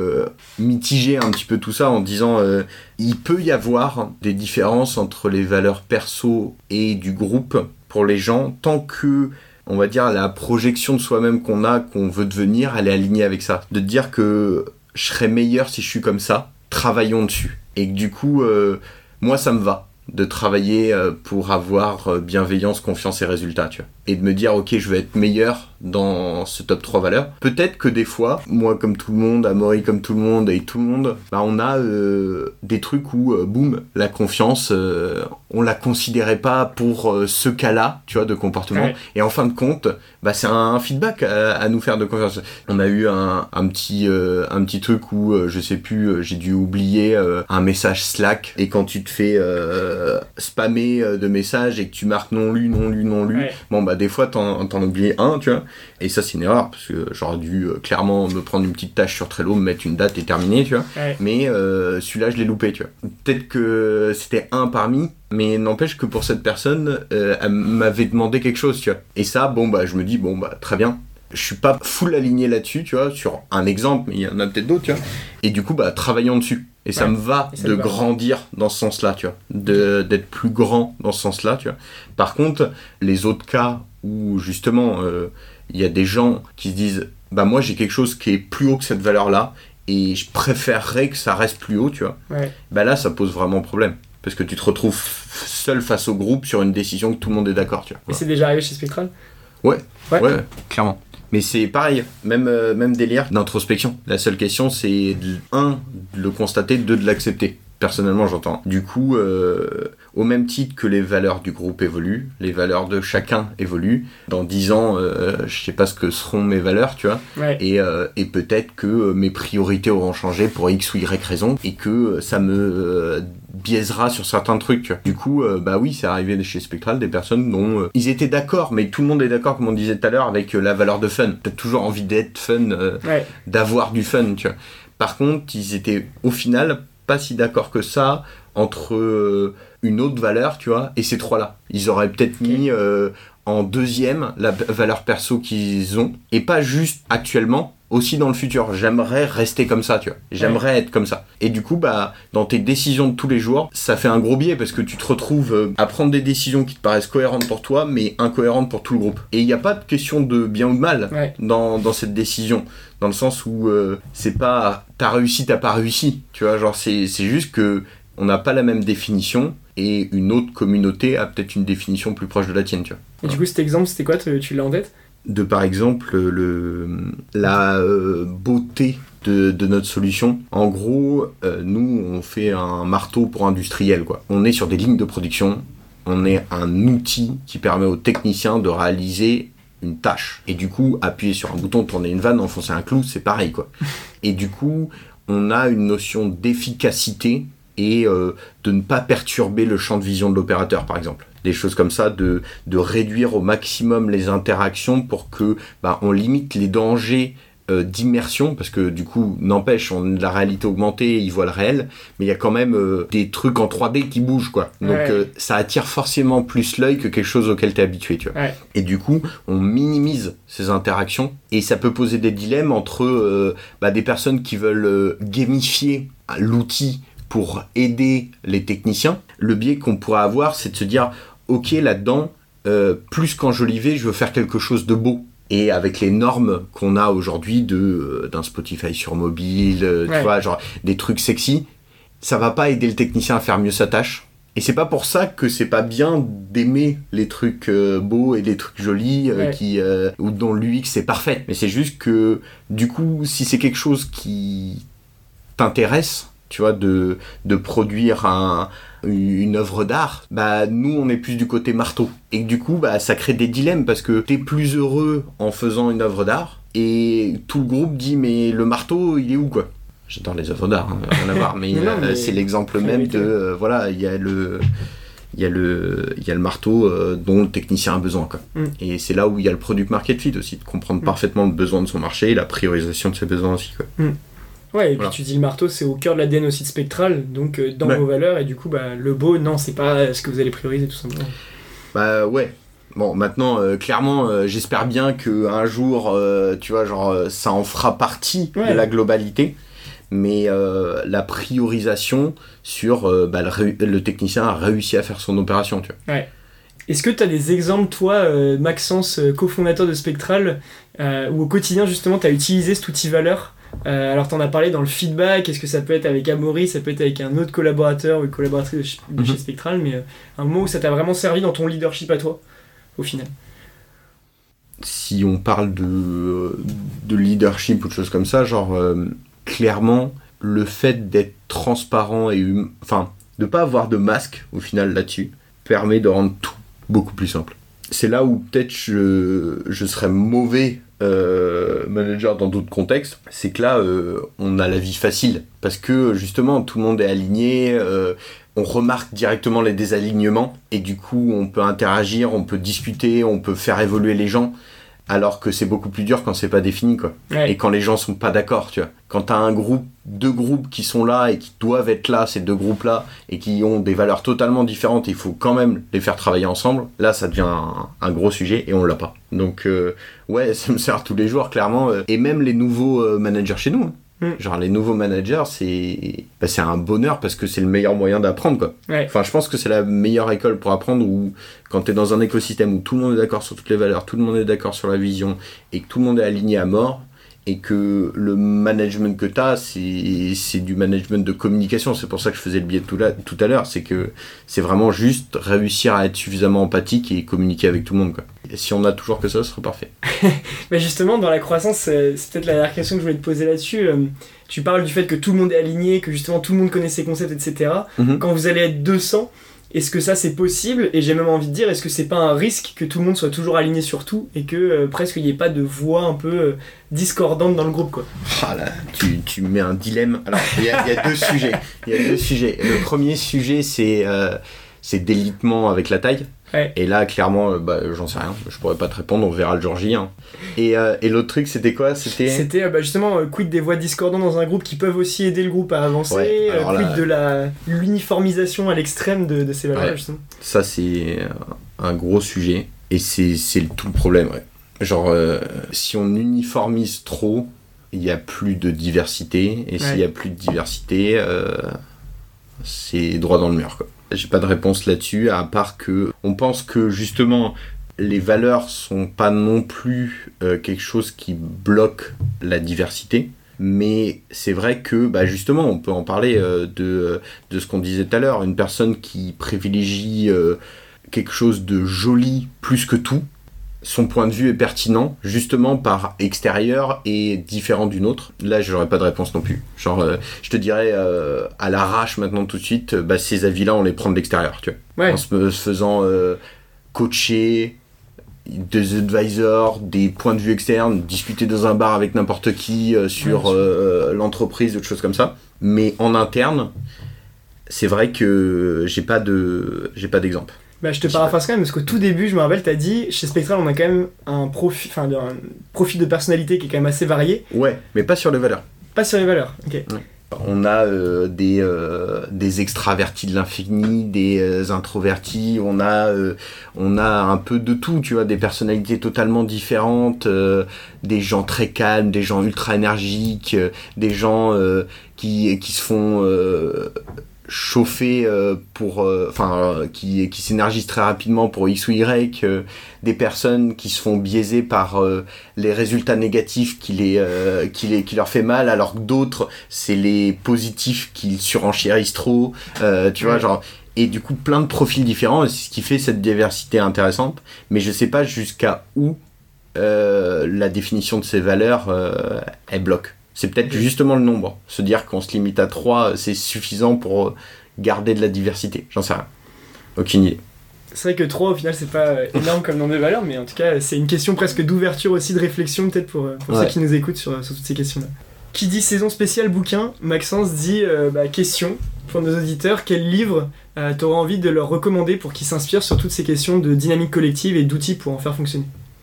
S2: mitiger un petit peu tout ça en disant il peut y avoir des différences entre les valeurs perso et du groupe pour les gens, tant que, on va dire, la projection de soi-même qu'on veut devenir, elle est alignée avec ça. De dire que je serais meilleur si je suis comme ça, travaillons dessus. Et que du coup, moi, ça me va de travailler pour avoir bienveillance, confiance et résultats, tu vois. Et de me dire, ok, je vais être meilleur dans ce top 3 valeurs. Peut-être que des fois, moi comme tout le monde, Amaury comme tout le monde et tout le monde, bah on a des trucs où, boum, la confiance, on la considérait pas pour ce cas-là, tu vois, de comportement. Et en fin de compte, bah c'est un feedback à nous faire de confiance. On a eu un petit truc où, je sais plus, j'ai dû oublier un message Slack, et quand tu te fais spammer de messages et que tu marques non lu, bon bah des fois t'en oublies un, tu vois. Et ça c'est une erreur parce que j'aurais dû clairement me prendre une petite tâche sur Trello, me mettre une date et terminer, tu vois. Mais celui-là je l'ai loupé, tu vois. Peut-être que c'était un parmi, mais n'empêche que pour cette personne elle m'avait demandé quelque chose, tu vois. Et ça, bon bah je me dis bon bah très bien. Je suis pas full aligné là-dessus, tu vois, sur un exemple, mais il y en a peut-être d'autres, tu vois. Et du coup, bah, travaillons dessus. Et ça me va de grandir dans ce sens-là, tu vois. D'être plus grand dans ce sens-là, tu vois. Par contre, les autres cas où, justement, il y a des gens qui se disent, bah, moi, j'ai quelque chose qui est plus haut que cette valeur-là, et je préférerais que ça reste plus haut, tu vois. Bah là, ça pose vraiment problème. Parce que tu te retrouves seul face au groupe sur une décision que tout le monde est d'accord, tu vois.
S1: Et c'est déjà arrivé chez Spectral ?
S2: Ouais, clairement. Mais c'est pareil, même délire d'introspection. La seule question, c'est de le constater, de l'accepter. Personnellement, j'entends. Du coup, au même titre que les valeurs du groupe évoluent, les valeurs de chacun évoluent. Dans 10 ans, je sais pas ce que seront mes valeurs, tu vois. Et peut-être que mes priorités auront changé pour X ou Y raison, et que ça me biaisera sur certains trucs, tu vois. Du coup, bah oui, c'est arrivé chez Spectral des personnes dont ils étaient d'accord, mais tout le monde est d'accord, comme on disait tout à l'heure, avec la valeur de fun. T'as toujours envie d'être fun, d'avoir du fun, tu vois. Par contre, ils étaient au final pas si d'accord que ça entre une autre valeur, tu vois, et ces trois-là. Ils auraient peut-être mis en deuxième la valeur perso qu'ils ont, et pas juste actuellement, aussi dans le futur. J'aimerais rester comme ça, tu vois. J'aimerais être comme ça. Et du coup, dans tes décisions de tous les jours, ça fait un gros biais parce que tu te retrouves à prendre des décisions qui te paraissent cohérentes pour toi, mais incohérentes pour tout le groupe. Et il n'y a pas de question de bien ou de mal dans cette décision. Dans le sens où c'est pas t'as réussi, t'as pas réussi. Tu vois, genre c'est juste que on n'a pas la même définition et une autre communauté a peut-être une définition plus proche de la tienne, tu vois.
S1: Et du coup, cet exemple, c'était quoi? Tu l'as en tête?
S2: De par exemple la beauté de notre solution. En gros, nous, on fait un marteau pour industriel, quoi. On est sur des lignes de production, on est un outil qui permet aux techniciens de réaliser une tâche. Et du coup, appuyer sur un bouton, tourner une vanne, enfoncer un clou, c'est pareil, quoi. Et du coup, on a une notion d'efficacité et de ne pas perturber le champ de vision de l'opérateur, par exemple. Des choses comme ça, de réduire au maximum les interactions pour que on limite les dangers d'immersion, parce que du coup, n'empêche, on a de la réalité augmentée, ils voient le réel, mais il y a quand même des trucs en 3D qui bougent, quoi. Donc ça attire forcément plus l'œil que quelque chose auquel t'es habitué, tu vois. Ouais. Et du coup, on minimise ces interactions, et ça peut poser des dilemmes entre des personnes qui veulent gamifier l'outil pour aider les techniciens. Le biais qu'on pourrait avoir, c'est de se dire ok, là-dedans, plus qu'enjoliver, je veux faire quelque chose de beau. Et avec les normes qu'on a aujourd'hui d'un Spotify sur mobile, tu vois, genre des trucs sexy, ça va pas aider le technicien à faire mieux sa tâche. Et c'est pas pour ça que c'est pas bien d'aimer les trucs beaux et les trucs jolis ou dont l'UX est parfaite. Mais c'est juste que, du coup, si c'est quelque chose qui t'intéresse, tu vois, de produire une œuvre d'art, nous on est plus du côté marteau. Et du coup, ça crée des dilemmes parce que t'es plus heureux en faisant une œuvre d'art et tout le groupe dit mais le marteau il est où, quoi. J'adore les œuvres d'art, hein, rien à voir, mais, mais c'est l'exemple même de voilà, il y a le marteau dont le technicien a besoin, quoi. Et c'est là où il y a le product market fit aussi, de comprendre parfaitement le besoin de son marché et la priorisation de ses besoins aussi, quoi.
S1: Ouais, et puis tu dis le marteau, c'est au cœur de l'ADN aussi de Spectral, donc dans vos valeurs, et du coup, le beau, non, c'est pas ce que vous allez prioriser, tout simplement.
S2: Ouais. Bon, maintenant, clairement, j'espère bien qu'un jour, tu vois, genre, ça en fera partie de la globalité, mais la priorisation sur le technicien a réussi à faire son opération, tu vois.
S1: Ouais. Est-ce que tu as des exemples, toi, Maxence, cofondateur de Spectral, où au quotidien, justement, tu as utilisé cet outil valeur? Alors t'en as parlé dans le feedback, est-ce que ça peut être avec Amaury, ça peut être avec un autre collaborateur ou une collaboratrice de chez Spectral, mais un moment où ça t'a vraiment servi dans ton leadership à toi, au final?
S2: Si on parle de leadership ou de choses comme ça, genre clairement le fait d'être transparent et de pas avoir de masque au final là-dessus permet de rendre tout beaucoup plus simple. C'est là où peut-être je serais mauvais manager dans d'autres contextes, c'est que là on a la vie facile parce que justement tout le monde est aligné, on remarque directement les désalignements et du coup on peut interagir, on peut discuter, on peut faire évoluer les gens, alors que c'est beaucoup plus dur quand c'est pas défini, quoi. Ouais. Et quand les gens sont pas d'accord, tu vois. Quand t'as deux groupes qui sont là et qui doivent être là, ces deux groupes-là, et qui ont des valeurs totalement différentes, il faut quand même les faire travailler ensemble, là ça devient un gros sujet et on l'a pas. Donc ça me sert tous les jours, clairement. Et même les nouveaux managers chez nous, hein. Genre les nouveaux managers, c'est un bonheur parce que c'est le meilleur moyen d'apprendre, quoi. Ouais. Enfin, je pense que c'est la meilleure école pour apprendre, où quand t'es dans un écosystème où tout le monde est d'accord sur toutes les valeurs, tout le monde est d'accord sur la vision et que tout le monde est aligné à mort, et que le management que t'as, c'est du management de communication. C'est pour ça que je faisais le biais tout à l'heure, c'est que c'est vraiment juste réussir à être suffisamment empathique et communiquer avec tout le monde, quoi. Et si on a toujours que ça, ce serait parfait.
S1: Mais justement, dans la croissance, c'est peut-être la dernière question que je voulais te poser là-dessus. Tu parles du fait que tout le monde est aligné, que justement tout le monde connaît ses concepts, etc. Quand vous allez être 200, est-ce que ça c'est possible? Et j'ai même envie de dire, est-ce que c'est pas un risque que tout le monde soit toujours aligné sur tout et que presque il n'y ait pas de voix un peu discordantes dans le groupe, quoi?
S2: Ah là, tu mets un dilemme. Alors, il y a deux sujets. Le premier sujet, c'est c'est d'élitement avec la taille.
S1: Ouais.
S2: Et là, clairement, j'en sais rien. Je pourrais pas te répondre, on verra le jour J. Hein. Et l'autre truc, c'était quoi?
S1: C'était justement, quid des voix discordantes dans un groupe qui peuvent aussi aider le groupe à avancer, quid de l'uniformisation à l'extrême de ces valeurs, justement.
S2: Ça, c'est un gros sujet, et c'est tout le problème, ouais. Genre, si on uniformise trop, il n'y a plus de diversité, et s'il n'y a plus de diversité, c'est droit dans le mur, quoi. J'ai pas de réponse là-dessus, à part que on pense que justement les valeurs sont pas non plus quelque chose qui bloque la diversité, mais c'est vrai que justement on peut en parler de ce qu'on disait tout à l'heure, une personne qui privilégie quelque chose de joli plus que tout, son point de vue est pertinent, justement par extérieur et différent d'une autre. Là, j'aurais pas de réponse non plus. Genre, je te dirais à l'arrache maintenant tout de suite, ces avis-là, on les prend de l'extérieur, tu vois. Ouais. En se faisant coacher, des advisors, des points de vue externes, discuter dans un bar avec n'importe qui sur l'entreprise, d'autres choses comme ça. Mais en interne, c'est vrai que j'ai pas d'exemple.
S1: Je te paraphrase quand même, parce qu'au tout début, je me rappelle, t'as dit, chez Spectral, on a quand même un profil de personnalité qui est quand même assez varié.
S2: Ouais, mais pas sur les valeurs.
S1: Pas sur les valeurs, ok. Ouais.
S2: On a des extravertis de l'infini, des introvertis, on a un peu de tout, tu vois, des personnalités totalement différentes, des gens très calmes, des gens ultra énergiques, des gens qui se font... chauffer qui s'énergisent très rapidement pour X ou Y, des personnes qui se font biaiser par les résultats négatifs qui leur fait mal, alors que d'autres c'est les positifs qui surenchérissent trop, tu vois, genre, et du coup plein de profils différents, et c'est ce qui fait cette diversité intéressante, mais je sais pas jusqu'à où la définition de ces valeurs elle bloque. C'est peut-être justement le nombre. Se dire qu'on se limite à 3, c'est suffisant pour garder de la diversité. J'en sais rien. Aucune idée.
S1: C'est vrai que 3, au final, c'est pas énorme comme nombre de valeurs, mais en tout cas, c'est une question presque d'ouverture aussi, de réflexion, peut-être pour ceux qui nous écoutent sur toutes ces questions-là. Qui dit saison spéciale bouquin, Maxence dit question pour nos auditeurs. Quel livre t'auras envie de leur recommander pour qu'ils s'inspirent sur toutes ces questions de dynamique collective et d'outils pour en faire fonctionner?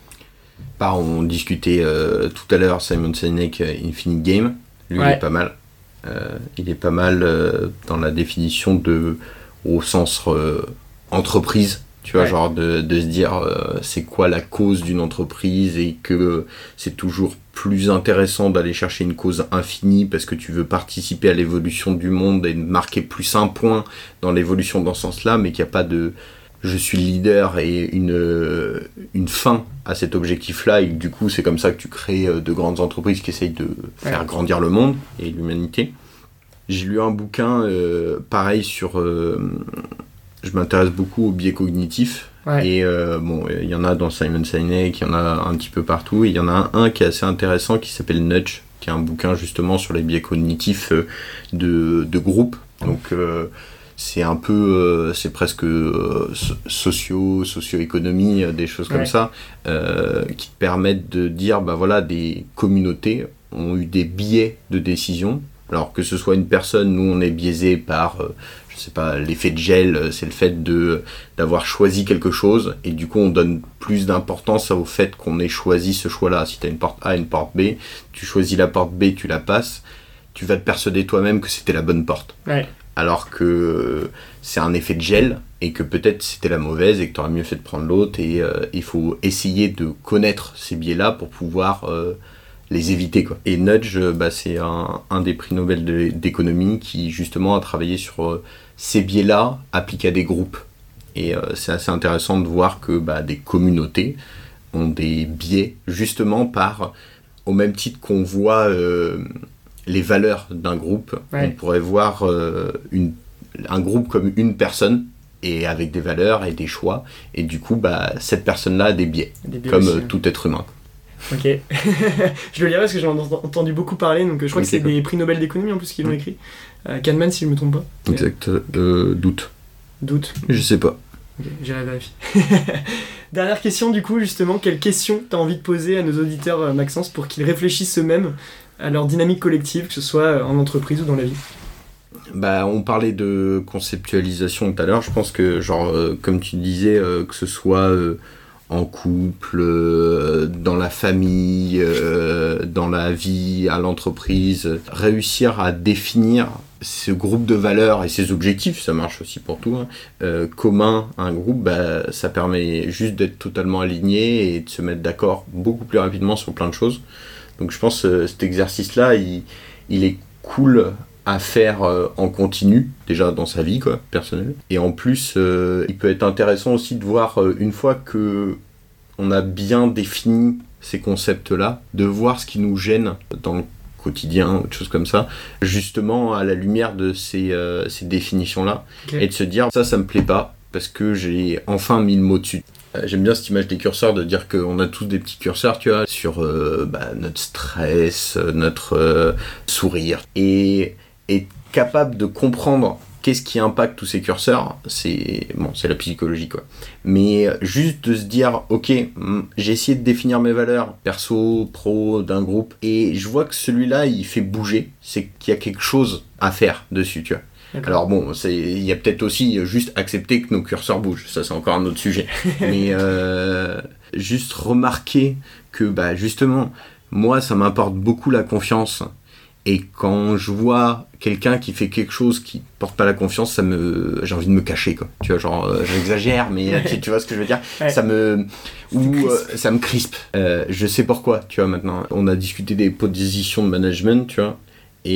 S2: On discutait tout à l'heure Simon Sinek Infinite Game, lui il est pas mal. Il est pas mal dans la définition au sens entreprise, tu vois, genre de se dire c'est quoi la cause d'une entreprise, et que c'est toujours plus intéressant d'aller chercher une cause infinie parce que tu veux participer à l'évolution du monde et marquer plus un point dans l'évolution dans ce sens-là, mais qu'il n'y a pas de je suis le leader et une fin à cet objectif-là, et du coup c'est comme ça que tu crées de grandes entreprises qui essayent de faire grandir le monde et l'humanité. J'ai lu un bouquin pareil sur... je m'intéresse beaucoup aux biais cognitifs, et il y en a dans Simon Sinek, il y en a un petit peu partout, et il y en a un qui est assez intéressant qui s'appelle Nudge, qui est un bouquin justement sur les biais cognitifs de groupe. Donc c'est un peu, c'est presque socio-économie, des choses comme ça, qui te permettent de dire, des communautés ont eu des biais de décision. Alors que ce soit une personne, nous on est biaisé par, je sais pas, l'effet de gel, c'est le fait d'avoir choisi quelque chose, et du coup on donne plus d'importance au fait qu'on ait choisi ce choix-là. Si tu as une porte A et une porte B, tu choisis la porte B, tu la passes, tu vas te persuader toi-même que c'était la bonne porte. Ouais. Alors que c'est un effet de gel, et que peut-être c'était la mauvaise et que tu aurais mieux fait de prendre l'autre, et il faut essayer de connaître ces biais-là pour pouvoir les éviter, quoi. Et Nudge, c'est un des prix Nobel d'économie qui justement a travaillé sur ces biais-là appliqués à des groupes. Et c'est assez intéressant de voir que des communautés ont des biais justement au même titre qu'on voit les valeurs d'un groupe, on pourrait voir un groupe comme une personne, et avec des valeurs et des choix, et du coup cette personne-là a des biais comme aussi, tout être humain.
S1: Ok, je le lirai parce que j'en ai entendu beaucoup parler, donc je crois que c'est des prix Nobel d'économie en plus qui l'ont écrit. Kahneman, si je me trompe pas.
S2: Exact, doute. Je sais pas.
S1: Okay, j'irai vérifier. Dernière question du coup, justement, quelle question t'as envie de poser à nos auditeurs, Maxence, pour qu'ils réfléchissent eux-mêmes à leur dynamique collective, que ce soit en entreprise ou dans la vie?
S2: On parlait de conceptualisation tout à l'heure. Je pense que, comme tu disais, que ce soit en couple, dans la famille, dans la vie, à l'entreprise, réussir à définir ce groupe de valeurs et ses objectifs, ça marche aussi pour tout, commun à un groupe, ça permet juste d'être totalement aligné et de se mettre d'accord beaucoup plus rapidement sur plein de choses. Donc je pense que cet exercice-là, il est cool à faire en continu, déjà dans sa vie personnelle. Et en plus, il peut être intéressant aussi de voir, une fois que on a bien défini ces concepts-là, de voir ce qui nous gêne dans le quotidien ou des choses comme ça, justement à la lumière de ces définitions-là, okay. Et de se dire ça me plaît pas, parce que j'ai enfin mis le mot dessus. J'aime bien cette image des curseurs, de dire qu'on a tous des petits curseurs, tu vois, sur notre stress, notre sourire, et être capable de comprendre qu'est-ce qui impacte tous ces curseurs, c'est la psychologie, quoi. Mais juste de se dire, ok, j'ai essayé de définir mes valeurs, perso, pro, d'un groupe, et je vois que celui-là, il fait bouger, c'est qu'il y a quelque chose à faire dessus, tu vois. D'accord. Alors il y a peut-être aussi juste accepter que nos curseurs bougent, ça c'est encore un autre sujet. Mais juste remarquer que, justement, moi, ça m'apporte beaucoup la confiance. Et quand je vois quelqu'un qui fait quelque chose qui porte pas la confiance, j'ai envie de me cacher, quoi. Tu vois, j'exagère, mais tu vois ce que je veux dire. Ouais. Ça me crispe. Je sais pourquoi, tu vois, maintenant. On a discuté des positions de management, tu vois. Et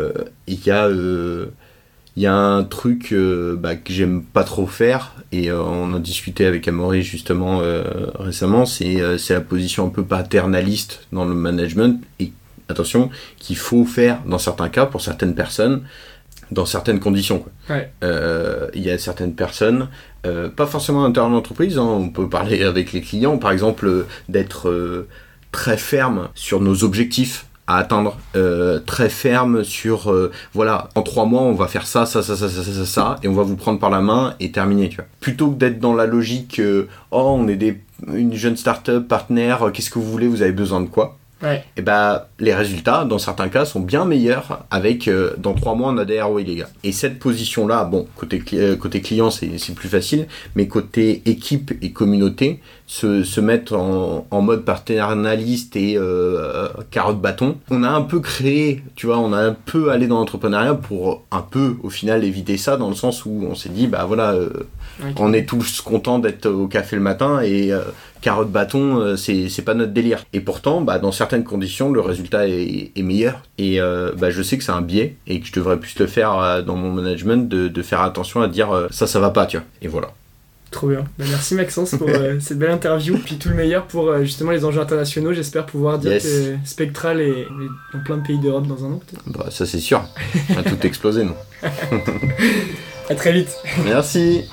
S2: il y a un truc que j'aime pas trop faire, et on a discuté avec Amaury justement récemment, c'est la position un peu paternaliste dans le management, et attention, qu'il faut faire dans certains cas, pour certaines personnes, dans certaines conditions, quoi. Ouais. Y a certaines personnes, pas forcément à l'intérieur de l'entreprise, on peut parler avec les clients, par exemple, d'être très ferme sur nos objectifs à atteindre, très ferme sur en 3 mois on va faire ça, et on va vous prendre par la main et terminer, tu vois. Plutôt que d'être dans la logique on est une jeune start-up partenaire, qu'est-ce que vous voulez, vous avez besoin de quoi? Ouais. Et les résultats, dans certains cas, sont bien meilleurs avec dans 3 mois on a des ROI, les gars. Et cette position-là, côté client, c'est plus facile, mais côté équipe et communauté, se mettre en mode paternaliste et carotte-bâton, on a un peu créé, tu vois, on a un peu allé dans l'entrepreneuriat pour un peu, au final, éviter ça, dans le sens où on s'est dit, okay. On est tous contents d'être au café le matin, et carotte-bâton, c'est pas notre délire. Et pourtant, dans certaines conditions, le résultat est meilleur. Et je sais que c'est un biais, et que je devrais plus le faire dans mon management, de faire attention à dire ça va pas, tu vois. Et voilà.
S1: Trop bien. Merci Maxence pour cette belle interview, puis tout le meilleur pour justement les enjeux internationaux. J'espère pouvoir dire que Spectral est dans plein de pays d'Europe dans un an, peut-être.
S2: Ça c'est sûr. On va tout exploser, nous.
S1: À très vite.
S2: Merci.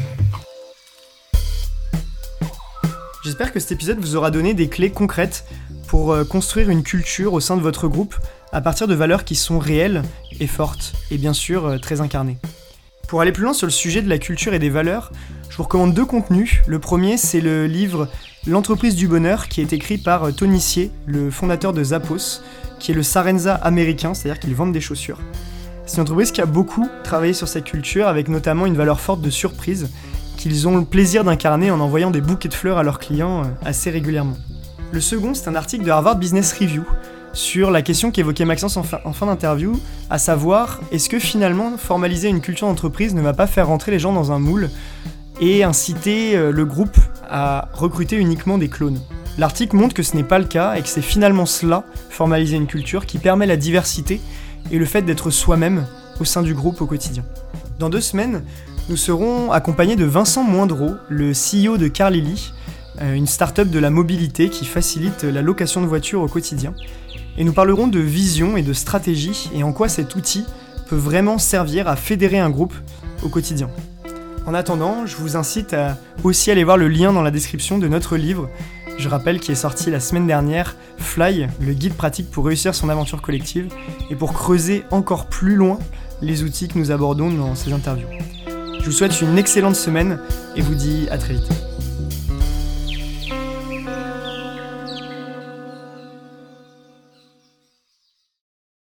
S1: J'espère que cet épisode vous aura donné des clés concrètes pour construire une culture au sein de votre groupe à partir de valeurs qui sont réelles et fortes, et bien sûr très incarnées. Pour aller plus loin sur le sujet de la culture et des valeurs, je vous recommande 2 contenus. Le premier, c'est le livre « L'entreprise du bonheur » qui est écrit par Tony Hsieh, le fondateur de Zappos, qui est le Sarenza américain, c'est-à-dire qu'ils vendent des chaussures. C'est une entreprise qui a beaucoup travaillé sur cette culture, avec notamment une valeur forte de surprise, qu'ils ont le plaisir d'incarner en envoyant des bouquets de fleurs à leurs clients assez régulièrement. Le second, c'est un article de Harvard Business Review sur la question qu'évoquait Maxence en fin d'interview, à savoir, est-ce que finalement formaliser une culture d'entreprise ne va pas faire rentrer les gens dans un moule et inciter le groupe à recruter uniquement des clones? L'article montre que ce n'est pas le cas et que c'est finalement cela, formaliser une culture, qui permet la diversité et le fait d'être soi-même au sein du groupe au quotidien. Dans 2 semaines, nous serons accompagnés de Vincent Moindreau, le CEO de Carlili, une start-up de la mobilité qui facilite la location de voitures au quotidien. Et nous parlerons de vision et de stratégie et en quoi cet outil peut vraiment servir à fédérer un groupe au quotidien. En attendant, je vous incite à aussi aller voir le lien dans la description de notre livre, je rappelle qu'il est sorti la semaine dernière, Fly, le guide pratique pour réussir son aventure collective et pour creuser encore plus loin les outils que nous abordons dans ces interviews. Je vous souhaite une excellente semaine et vous dis à très vite.